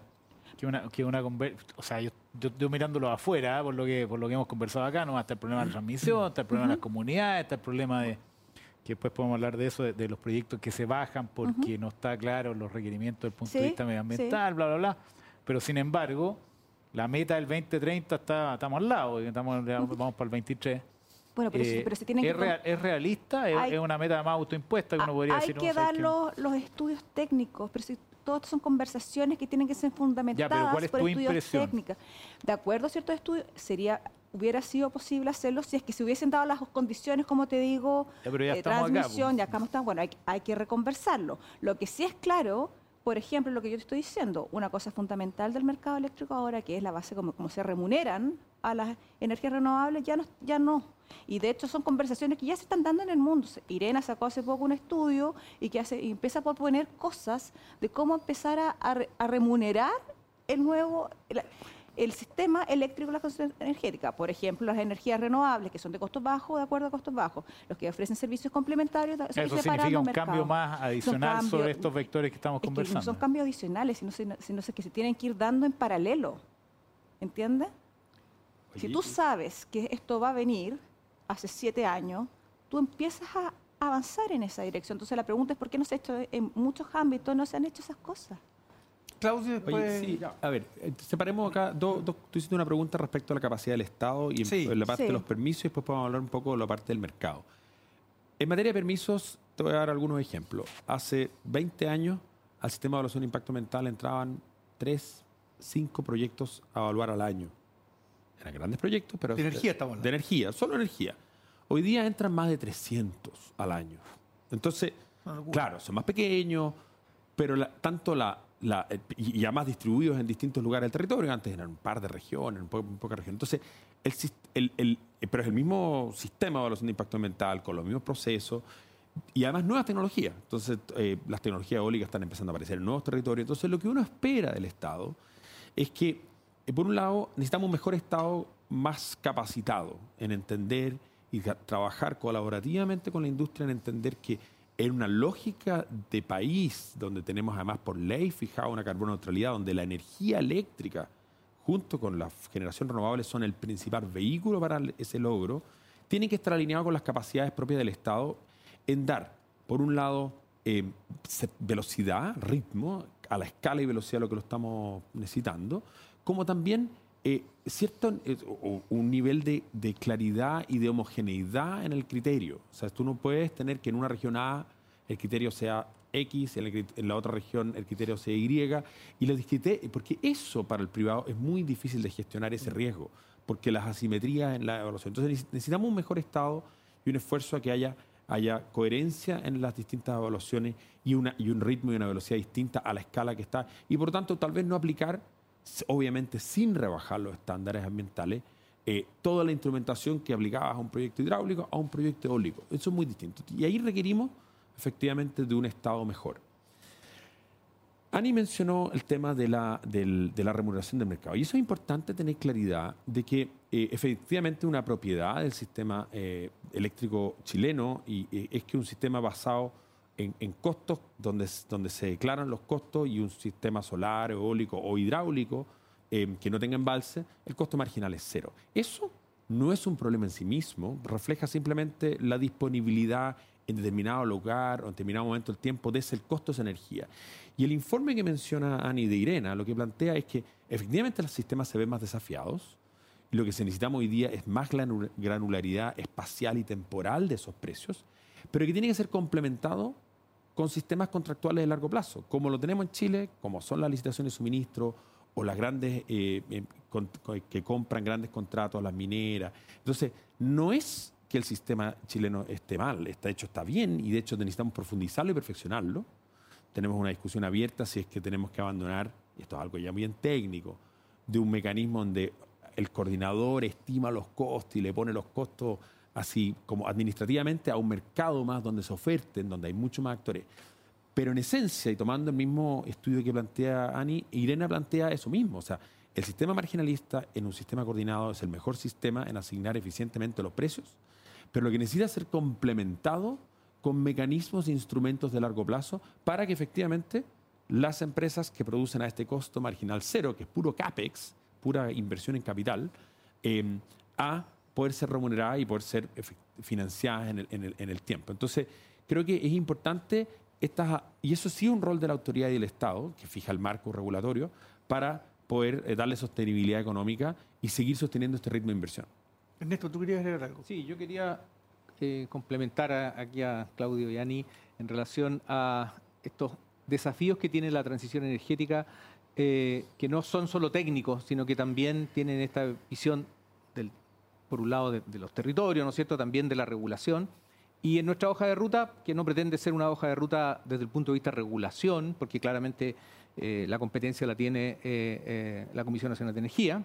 o sea, yo mirándolo afuera, por lo que hemos conversado acá, no va a estar el problema de la transmisión, está el problema de las comunidades, está el problema de, que después podemos hablar de eso, de los proyectos que se bajan porque no está claro los requerimientos desde el punto de vista medioambiental, bla, bla, bla. Pero sin embargo, la meta del 2030 estamos al lado, vamos para el 23. Bueno, pero se tienen ¿Es realista? ¿Es una meta más autoimpuesta que uno podría decir? Hay que dar los estudios técnicos, pero si todas son conversaciones que tienen que ser fundamentadas por estudios técnicos. De acuerdo a ciertos estudios, hubiera sido posible hacerlo si es que se hubiesen dado las condiciones, como te digo, transmisión, ya acá estamos, bueno, hay que reconversarlo. Lo que sí es claro, por ejemplo, lo que yo te estoy diciendo, una cosa fundamental del mercado eléctrico ahora, que es la base como se remuneran a las energías renovables, ya no. Y de hecho son conversaciones que ya se están dando en el mundo. Irena sacó hace poco un estudio y empieza a proponer cosas de cómo empezar a remunerar el sistema eléctrico de la consumo energética. Por ejemplo, las energías renovables, que son de costos bajos, de acuerdo a costos bajos. Los que ofrecen servicios complementarios. Eso significa un cambio más adicional sobre estos vectores que estamos conversando. No son cambios adicionales, sino que se tienen que ir dando en paralelo. ¿Entiendes? Si tú sabes que esto va a venir hace 7 años, tú empiezas a avanzar en esa dirección. Entonces la pregunta es por qué no se ha hecho en muchos ámbitos, no se han hecho esas cosas. Claudio, después... Oye, sí, a ver, separemos acá, tú hiciste una pregunta respecto a la capacidad del Estado y en la parte de los permisos, y después podemos hablar un poco de la parte del mercado. En materia de permisos, te voy a dar algunos ejemplos. Hace 20 años, al sistema de evaluación de impacto ambiental entraban 3, 5 proyectos a evaluar al año. Eran grandes proyectos, pero... De energía estamos hablando. De energía, solo energía. Hoy día entran más de 300 al año. Entonces, claro, son más pequeños, pero y ya más distribuidos en distintos lugares del territorio. Antes eran un par de regiones, pocas regiones. Entonces, pero es el mismo sistema de evaluación de impacto ambiental, con los mismos procesos, y además nuevas tecnologías. Entonces, las tecnologías eólicas están empezando a aparecer en nuevos territorios. Entonces, lo que uno espera del Estado es que, por un lado, necesitamos un mejor Estado más capacitado en entender y trabajar colaborativamente con la industria en entender que en una lógica de país donde tenemos además por ley fijada una carbono neutralidad, donde la energía eléctrica junto con la generación renovable son el principal vehículo para ese logro, tiene que estar alineado con las capacidades propias del Estado en dar, por un lado, velocidad, ritmo, a la escala y velocidad de lo que lo estamos necesitando, como también un nivel de claridad y de homogeneidad en el criterio. O sea, tú no puedes tener que en una región A el criterio sea X, en la otra región el criterio sea Y, porque eso para el privado es muy difícil de gestionar ese riesgo, porque las asimetrías en la evaluación. Entonces necesitamos un mejor Estado y un esfuerzo a que haya coherencia en las distintas evaluaciones y un ritmo y una velocidad distinta a la escala que está. Y por lo tanto, tal vez no aplicar, obviamente sin rebajar los estándares ambientales, toda la instrumentación que aplicabas a un proyecto hidráulico a un proyecto eólico. Eso es muy distinto. Y ahí requerimos efectivamente de un Estado mejor. Ani mencionó el tema de la remuneración del mercado. Y eso es importante tener claridad de que efectivamente una propiedad del sistema eléctrico chileno es que un sistema basado en costos, donde se declaran los costos, y un sistema solar, eólico o hidráulico que no tenga embalse, el costo marginal es cero. Eso no es un problema en sí mismo, refleja simplemente la disponibilidad en determinado lugar o en determinado momento del tiempo de ese costo de esa energía. Y el informe que menciona Ani de IRENA lo que plantea es que efectivamente los sistemas se ven más desafiados y lo que se necesita hoy día es más granularidad espacial y temporal de esos precios, pero que tiene que ser complementado con sistemas contractuales de largo plazo, como lo tenemos en Chile, como son las licitaciones de suministro o las grandes que compran grandes contratos, las mineras. Entonces, no es que el sistema chileno esté mal, está bien, y de hecho necesitamos profundizarlo y perfeccionarlo. Tenemos una discusión abierta si es que tenemos que abandonar, y esto es algo ya bien técnico, de un mecanismo donde el coordinador estima los costos y le pone los costos así como administrativamente a un mercado más donde se oferten, donde hay muchos más actores. Pero en esencia, y tomando el mismo estudio que plantea Ani, Irena plantea eso mismo. O sea, el sistema marginalista en un sistema coordinado es el mejor sistema en asignar eficientemente los precios, pero lo que necesita es ser complementado con mecanismos e instrumentos de largo plazo para que efectivamente las empresas que producen a este costo marginal cero, que es puro CAPEX, pura inversión en capital, a poder ser remuneradas y poder ser financiadas en el tiempo. Entonces, creo que es importante, y eso sí es un rol de la autoridad y del Estado, que fija el marco regulatorio, para poder darle sostenibilidad económica y seguir sosteniendo este ritmo de inversión. Ernesto, ¿tú querías agregar algo? Sí, yo quería complementar aquí a Claudio y Ani en relación a estos desafíos que tiene la transición energética, que no son solo técnicos, sino que también tienen esta visión, por un lado, de los territorios, ¿no es cierto?, también de la regulación. Y en nuestra hoja de ruta, que no pretende ser una hoja de ruta desde el punto de vista de regulación, porque claramente la competencia la tiene la Comisión Nacional de Energía,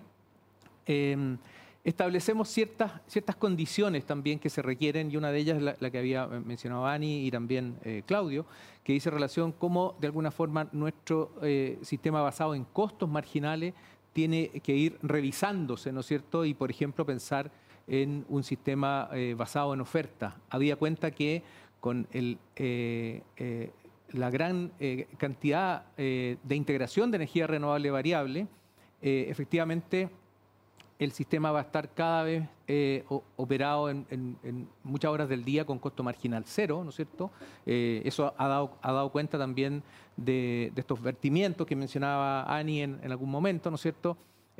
establecemos ciertas condiciones también que se requieren, y una de ellas es la que había mencionado Ani y también Claudio, que dice relación cómo de alguna forma nuestro sistema basado en costos marginales tiene que ir revisándose, ¿no es cierto? Y, por ejemplo, pensar en un sistema basado en oferta. Había cuenta que con la gran cantidad de integración de energía renovable variable, efectivamente el sistema va a estar cada vez operado en muchas horas del día con costo marginal cero, ¿no es cierto? Eso ha dado cuenta también de estos vertimientos que mencionaba Ani en algún momento, ¿no es cierto?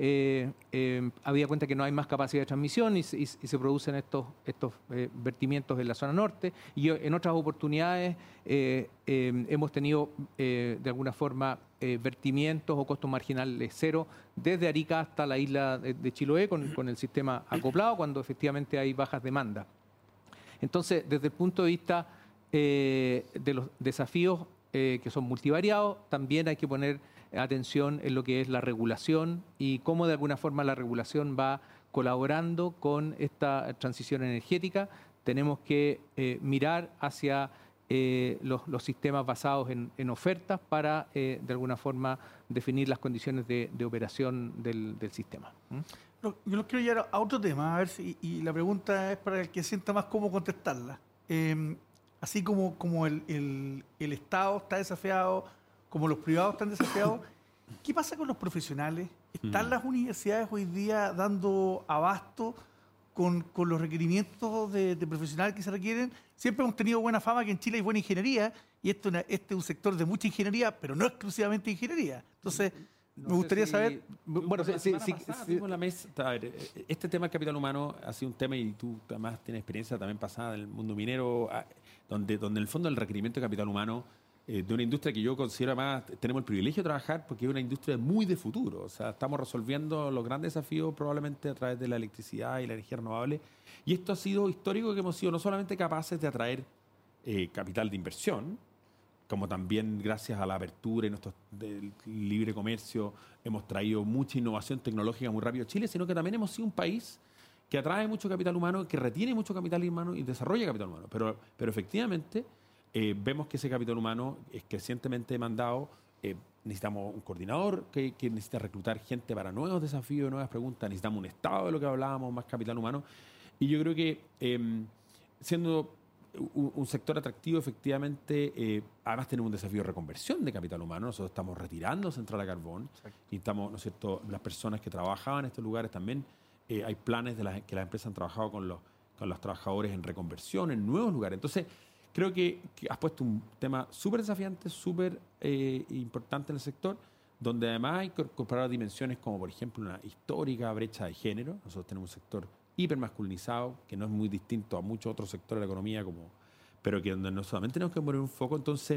Había cuenta que no hay más capacidad de transmisión y se producen estos vertimientos en la zona norte, y en otras oportunidades hemos tenido de alguna forma vertimientos o costos marginales cero desde Arica hasta la isla de Chiloé con el sistema acoplado cuando efectivamente hay bajas demandas. Entonces, desde el punto de vista de los desafíos que son multivariados, también hay que poner atención en lo que es la regulación y cómo de alguna forma la regulación va colaborando con esta transición energética. Tenemos que mirar hacia los sistemas basados en ofertas para de alguna forma definir las condiciones de operación del sistema. Yo los quiero llevar a otro tema, a ver si, y la pregunta es para el que sienta más cómo contestarla. Así como el Estado está desafiado, como los privados están desafiados, ¿qué pasa con los profesionales? ¿Están las universidades hoy día dando abasto con los requerimientos de profesionales que se requieren? Siempre hemos tenido buena fama que en Chile hay buena ingeniería, y este es un sector de mucha ingeniería, pero no exclusivamente ingeniería. Entonces, me gustaría saber... Bueno, la mesa, a ver, este tema del capital humano ha sido un tema, y tú además tienes experiencia también pasada en el mundo minero, donde en el fondo el requerimiento de capital humano de una industria que yo considero, además, tenemos el privilegio de trabajar porque es una industria muy de futuro. O sea, estamos resolviendo los grandes desafíos probablemente a través de la electricidad y la energía renovable. Y esto ha sido histórico, que hemos sido no solamente capaces de atraer capital de inversión, como también gracias a la apertura y nuestro libre comercio hemos traído mucha innovación tecnológica muy rápido a Chile, sino que también hemos sido un país que atrae mucho capital humano, que retiene mucho capital humano y desarrolla capital humano. Pero efectivamente... vemos que ese capital humano es crecientemente demandado necesitamos un coordinador que necesita reclutar gente para nuevos desafíos, nuevas preguntas. Necesitamos un Estado de lo que hablábamos, más capital humano. Y yo creo que siendo un sector atractivo, efectivamente, además tenemos un desafío de reconversión de capital humano. Nosotros estamos retirando central a carbón. Exacto. Y estamos, ¿no es cierto?, las personas que trabajaban en estos lugares también, hay planes que las empresas han trabajado con los trabajadores en reconversión, en nuevos lugares. Entonces, creo que has puesto un tema súper desafiante, súper importante en el sector, donde además hay que incorporar dimensiones como, por ejemplo, una histórica brecha de género. Nosotros tenemos un sector hipermasculinizado, que no es muy distinto a muchos otros sectores de la economía, pero que donde no solamente tenemos que poner un foco. Entonces,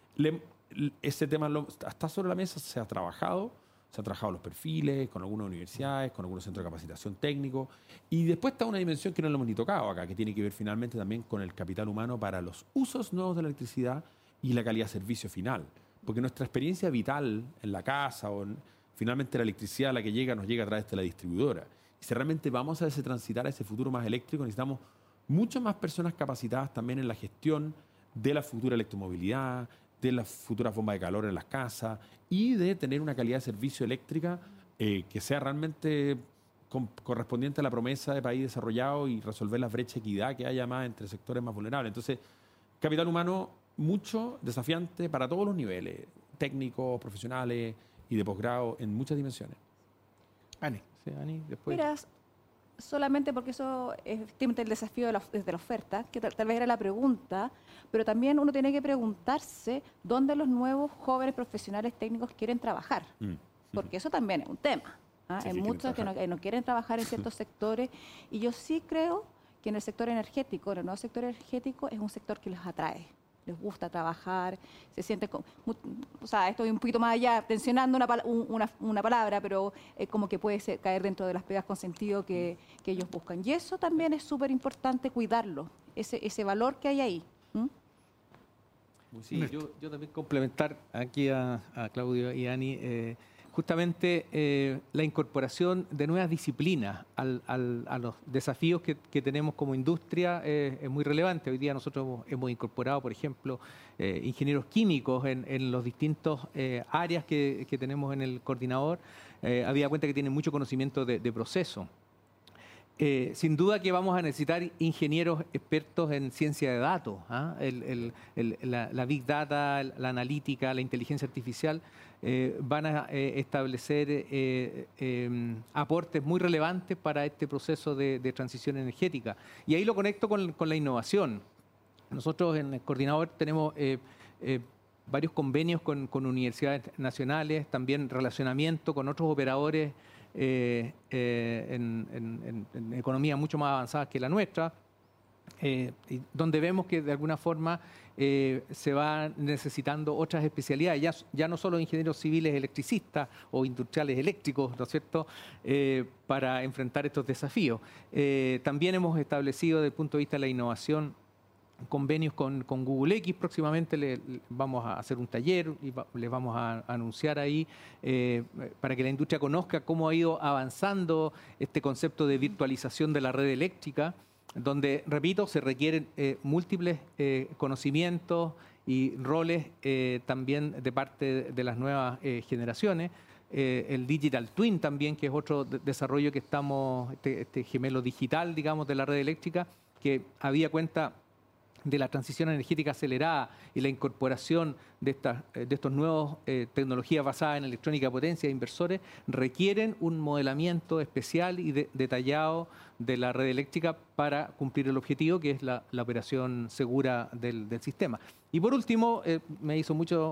ese tema está sobre la mesa, se ha trabajado los perfiles con algunas universidades, con algunos centros de capacitación técnico, y después está una dimensión que no lo hemos ni tocado acá, que tiene que ver finalmente también con el capital humano para los usos nuevos de la electricidad y la calidad de servicio final. Porque nuestra experiencia vital en la casa, finalmente la electricidad, la que llega, nos llega a través de la distribuidora. Y si realmente vamos a transitar a ese futuro más eléctrico, necesitamos muchas más personas capacitadas también en la gestión de la futura electromovilidad, de las futuras bombas de calor en las casas y de tener una calidad de servicio eléctrica que sea realmente correspondiente a la promesa de país desarrollado y resolver las brechas de equidad que haya más entre sectores más vulnerables. Entonces, capital humano mucho desafiante para todos los niveles, técnicos, profesionales y de posgrado en muchas dimensiones. Ani. Sí, Ani, después. Mira, solamente porque eso es efectivamente el desafío desde la oferta, que tal vez era la pregunta, pero también uno tiene que preguntarse dónde los nuevos jóvenes profesionales técnicos quieren trabajar, porque eso también es un tema. ¿Ah? Hay muchos que no quieren trabajar en ciertos sectores, y yo sí creo que en el sector energético, en el nuevo sector energético, es un sector que les atrae. Les gusta trabajar, se sienten, o sea, estoy un poquito más allá, tensionando una palabra, pero como que puede caer dentro de las pegas con sentido que ellos buscan. Y eso también es súper importante cuidarlo, ese valor que hay ahí. Sí, yo también complementar aquí a Claudio y Ani, justamente la incorporación de nuevas disciplinas a los desafíos que tenemos como industria es muy relevante. Hoy día nosotros hemos incorporado, por ejemplo, ingenieros químicos en los distintos áreas que tenemos en el coordinador. Habida cuenta que tienen mucho conocimiento de proceso. Sin duda que vamos a necesitar ingenieros expertos en ciencia de datos, ¿ah? La Big Data, la analítica, la inteligencia artificial van a establecer aportes muy relevantes para este proceso de transición energética. Y ahí lo conecto con la innovación. Nosotros en el coordinador tenemos varios convenios con universidades nacionales, también relacionamiento con otros operadores en economía mucho más avanzadas que la nuestra, donde vemos que de alguna forma se van necesitando otras especialidades, ya no solo ingenieros civiles electricistas o industriales eléctricos, ¿no es cierto?, para enfrentar estos desafíos. También hemos establecido desde el punto de vista de la innovación convenios con Google X. Próximamente vamos a hacer un taller y les vamos a anunciar ahí para que la industria conozca cómo ha ido avanzando este concepto de virtualización de la red eléctrica, donde, repito, se requieren múltiples conocimientos y roles también de parte de las nuevas generaciones. El Digital Twin también, que es otro desarrollo que estamos, este gemelo digital, digamos, de la red eléctrica, que había cuenta de la transición energética acelerada y la incorporación de estos nuevos tecnologías basadas en electrónica de potencia e inversores, requieren un modelamiento especial y detallado de la red eléctrica para cumplir el objetivo, que es la operación segura del sistema. Y por último, me hizo mucho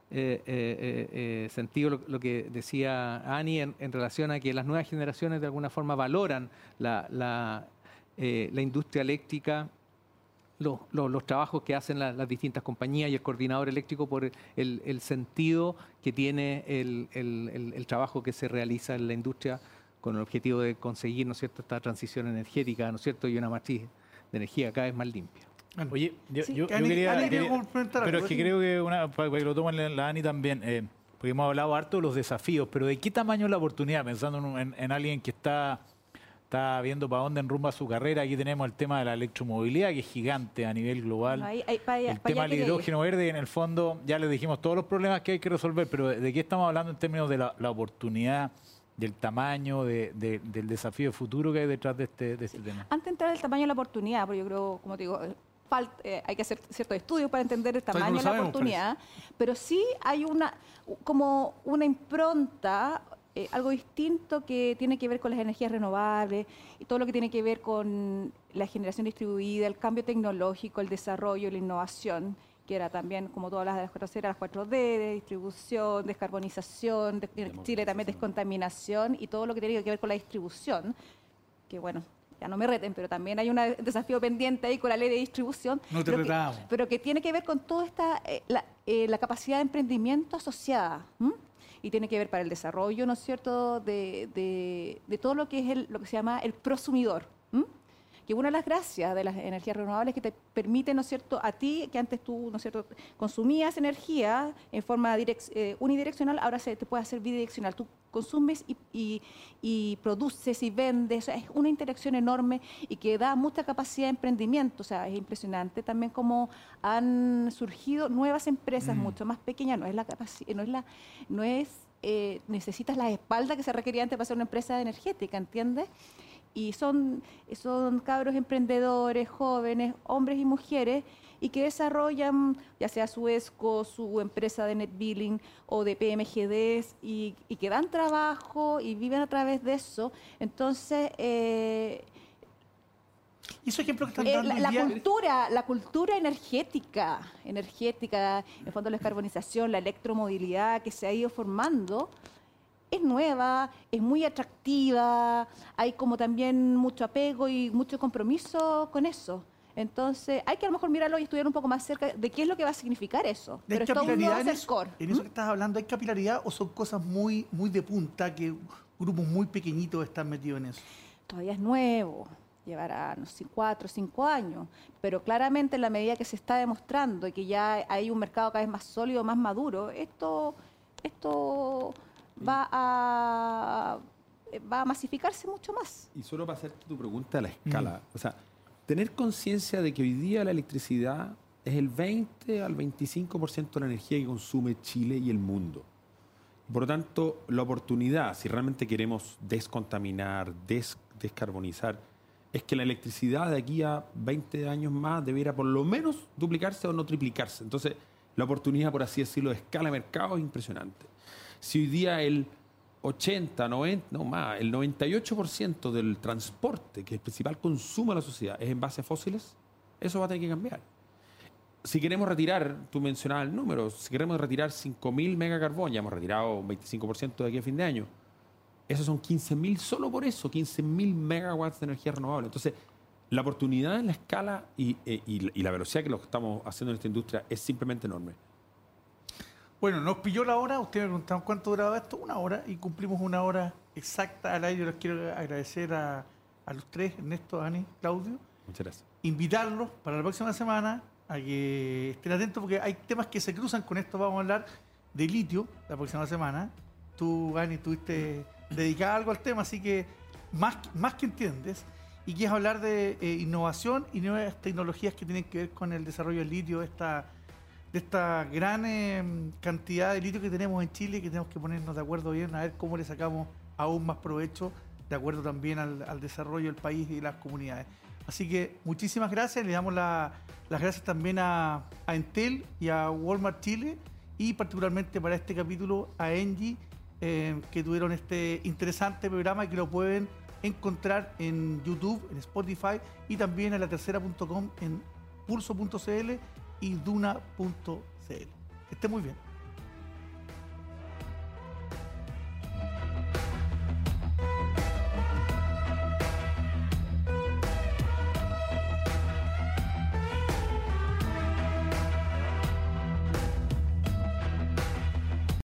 sentido lo que decía Ani en relación a que las nuevas generaciones de alguna forma valoran la industria eléctrica, los trabajos que hacen las distintas compañías y el coordinador eléctrico por el sentido que tiene el trabajo que se realiza en la industria con el objetivo de conseguir, ¿no es cierto?, esta transición energética, ¿no es cierto?, y una matriz de energía cada vez más limpia. Oye, yo Ani, quería complementar pero algo. es que creo que para que lo tomen la Ani también, porque hemos hablado harto de los desafíos, pero ¿de qué tamaño es la oportunidad? Pensando en alguien que está está viendo para dónde enrumba su carrera. Aquí tenemos el tema de la electromovilidad, que es gigante a nivel global. No, El tema del hidrógeno verde, en el fondo, ya les dijimos todos los problemas que hay que resolver, pero ¿de qué estamos hablando en términos de la oportunidad, del tamaño, del desafío de futuro que hay detrás de este tema? Antes de entrar al tamaño de la oportunidad, porque yo creo, como te digo, hay que hacer ciertos estudios para entender el tamaño de la oportunidad, pero sí hay como una impronta, algo distinto que tiene que ver con las energías renovables y todo lo que tiene que ver con la generación distribuida, el cambio tecnológico, el desarrollo, la innovación, que era también, como todas las 4C, las 4D, de distribución, descarbonización, Chile también descontaminación y todo lo que tiene que ver con la distribución, que bueno, ya no me reten, pero también hay un desafío pendiente ahí con la ley de distribución. No te retamos. Pero que tiene que ver con toda esta, la capacidad de emprendimiento asociada, ¿m? Y tiene que ver para el desarrollo, ¿no es cierto?, de todo lo que es lo que se llama el prosumidor. Que una de las gracias de las energías renovables es que te permite, ¿no es cierto?, a ti, que antes tú, ¿no es cierto?, consumías energía en forma unidireccional, ahora se te puede hacer bidireccional. Tú consumes y produces y vendes. O sea, es una interacción enorme y que da mucha capacidad de emprendimiento. O sea, es impresionante también cómo han surgido nuevas empresas mucho más pequeñas. No es la capacidad, necesitas la espalda que se requería antes para ser una empresa energética, ¿entiendes? Y son cabros emprendedores, jóvenes, hombres y mujeres, y que desarrollan, ya sea su ESCO, su empresa de net billing o de PMGDs, y que dan trabajo y viven a través de eso. Entonces, ¿y esos ejemplos que están dando la cultura energética, en el fondo la descarbonización, la electromovilidad que se ha ido formando, es nueva, es muy atractiva, hay como también mucho apego y mucho compromiso con eso. Entonces, hay que a lo mejor mirarlo y estudiar un poco más cerca de qué es lo que va a significar eso. Pero esto aún no va a ser core. En eso que estás hablando, ¿hay capilaridad o son cosas muy, muy de punta que grupos muy pequeñitos están metidos en eso? Todavía es nuevo, llevará, no sé, 4 o 5 años, pero claramente en la medida que se está demostrando y que ya hay un mercado cada vez más sólido, más maduro, esto va a masificarse mucho más. Y solo para hacerte tu pregunta a la escala, o sea, tener conciencia de que hoy día la electricidad es el 20 al 25% de la energía que consume Chile y el mundo. Por lo tanto, la oportunidad, si realmente queremos descontaminar, descarbonizar, es que la electricidad de aquí a 20 años más debiera por lo menos duplicarse o no triplicarse. Entonces, la oportunidad, por así decirlo, de escala de mercado es impresionante. Si hoy día el 80, 90, no más, el 98% del transporte, que es el principal consumo de la sociedad, es en base a fósiles, eso va a tener que cambiar. Si queremos retirar, tú mencionabas el número, si queremos retirar 5.000 megacarbón, ya hemos retirado un 25% de aquí a fin de año, esos son 15.000 solo por eso, 15.000 megawatts de energía renovable. Entonces, la oportunidad en la escala y la velocidad que lo estamos haciendo en esta industria es simplemente enorme. Bueno, nos pilló la hora. Ustedes me preguntaron cuánto duraba esto. 1 hora, y cumplimos 1 hora exacta al aire. Yo les quiero agradecer a los tres, Ernesto, Dani, Claudio. Muchas gracias. Invitarlos para la próxima semana a que estén atentos porque hay temas que se cruzan con esto. Vamos a hablar de litio la próxima semana. Tú, Dani, estuviste dedicada algo al tema, así que más que entiendes. Y quieres hablar de innovación y nuevas tecnologías que tienen que ver con el desarrollo del litio, de esta gran cantidad de litio que tenemos en Chile, que tenemos que ponernos de acuerdo bien a ver cómo le sacamos aún más provecho, de acuerdo también al desarrollo del país y las comunidades. Así que muchísimas gracias. Le damos las gracias también a Entel y a Walmart Chile, y particularmente para este capítulo a Engie, que tuvieron este interesante programa y que lo pueden encontrar en YouTube, en Spotify y también en latercera.com, en pulso.cl y duna.cl. Que esté muy bien.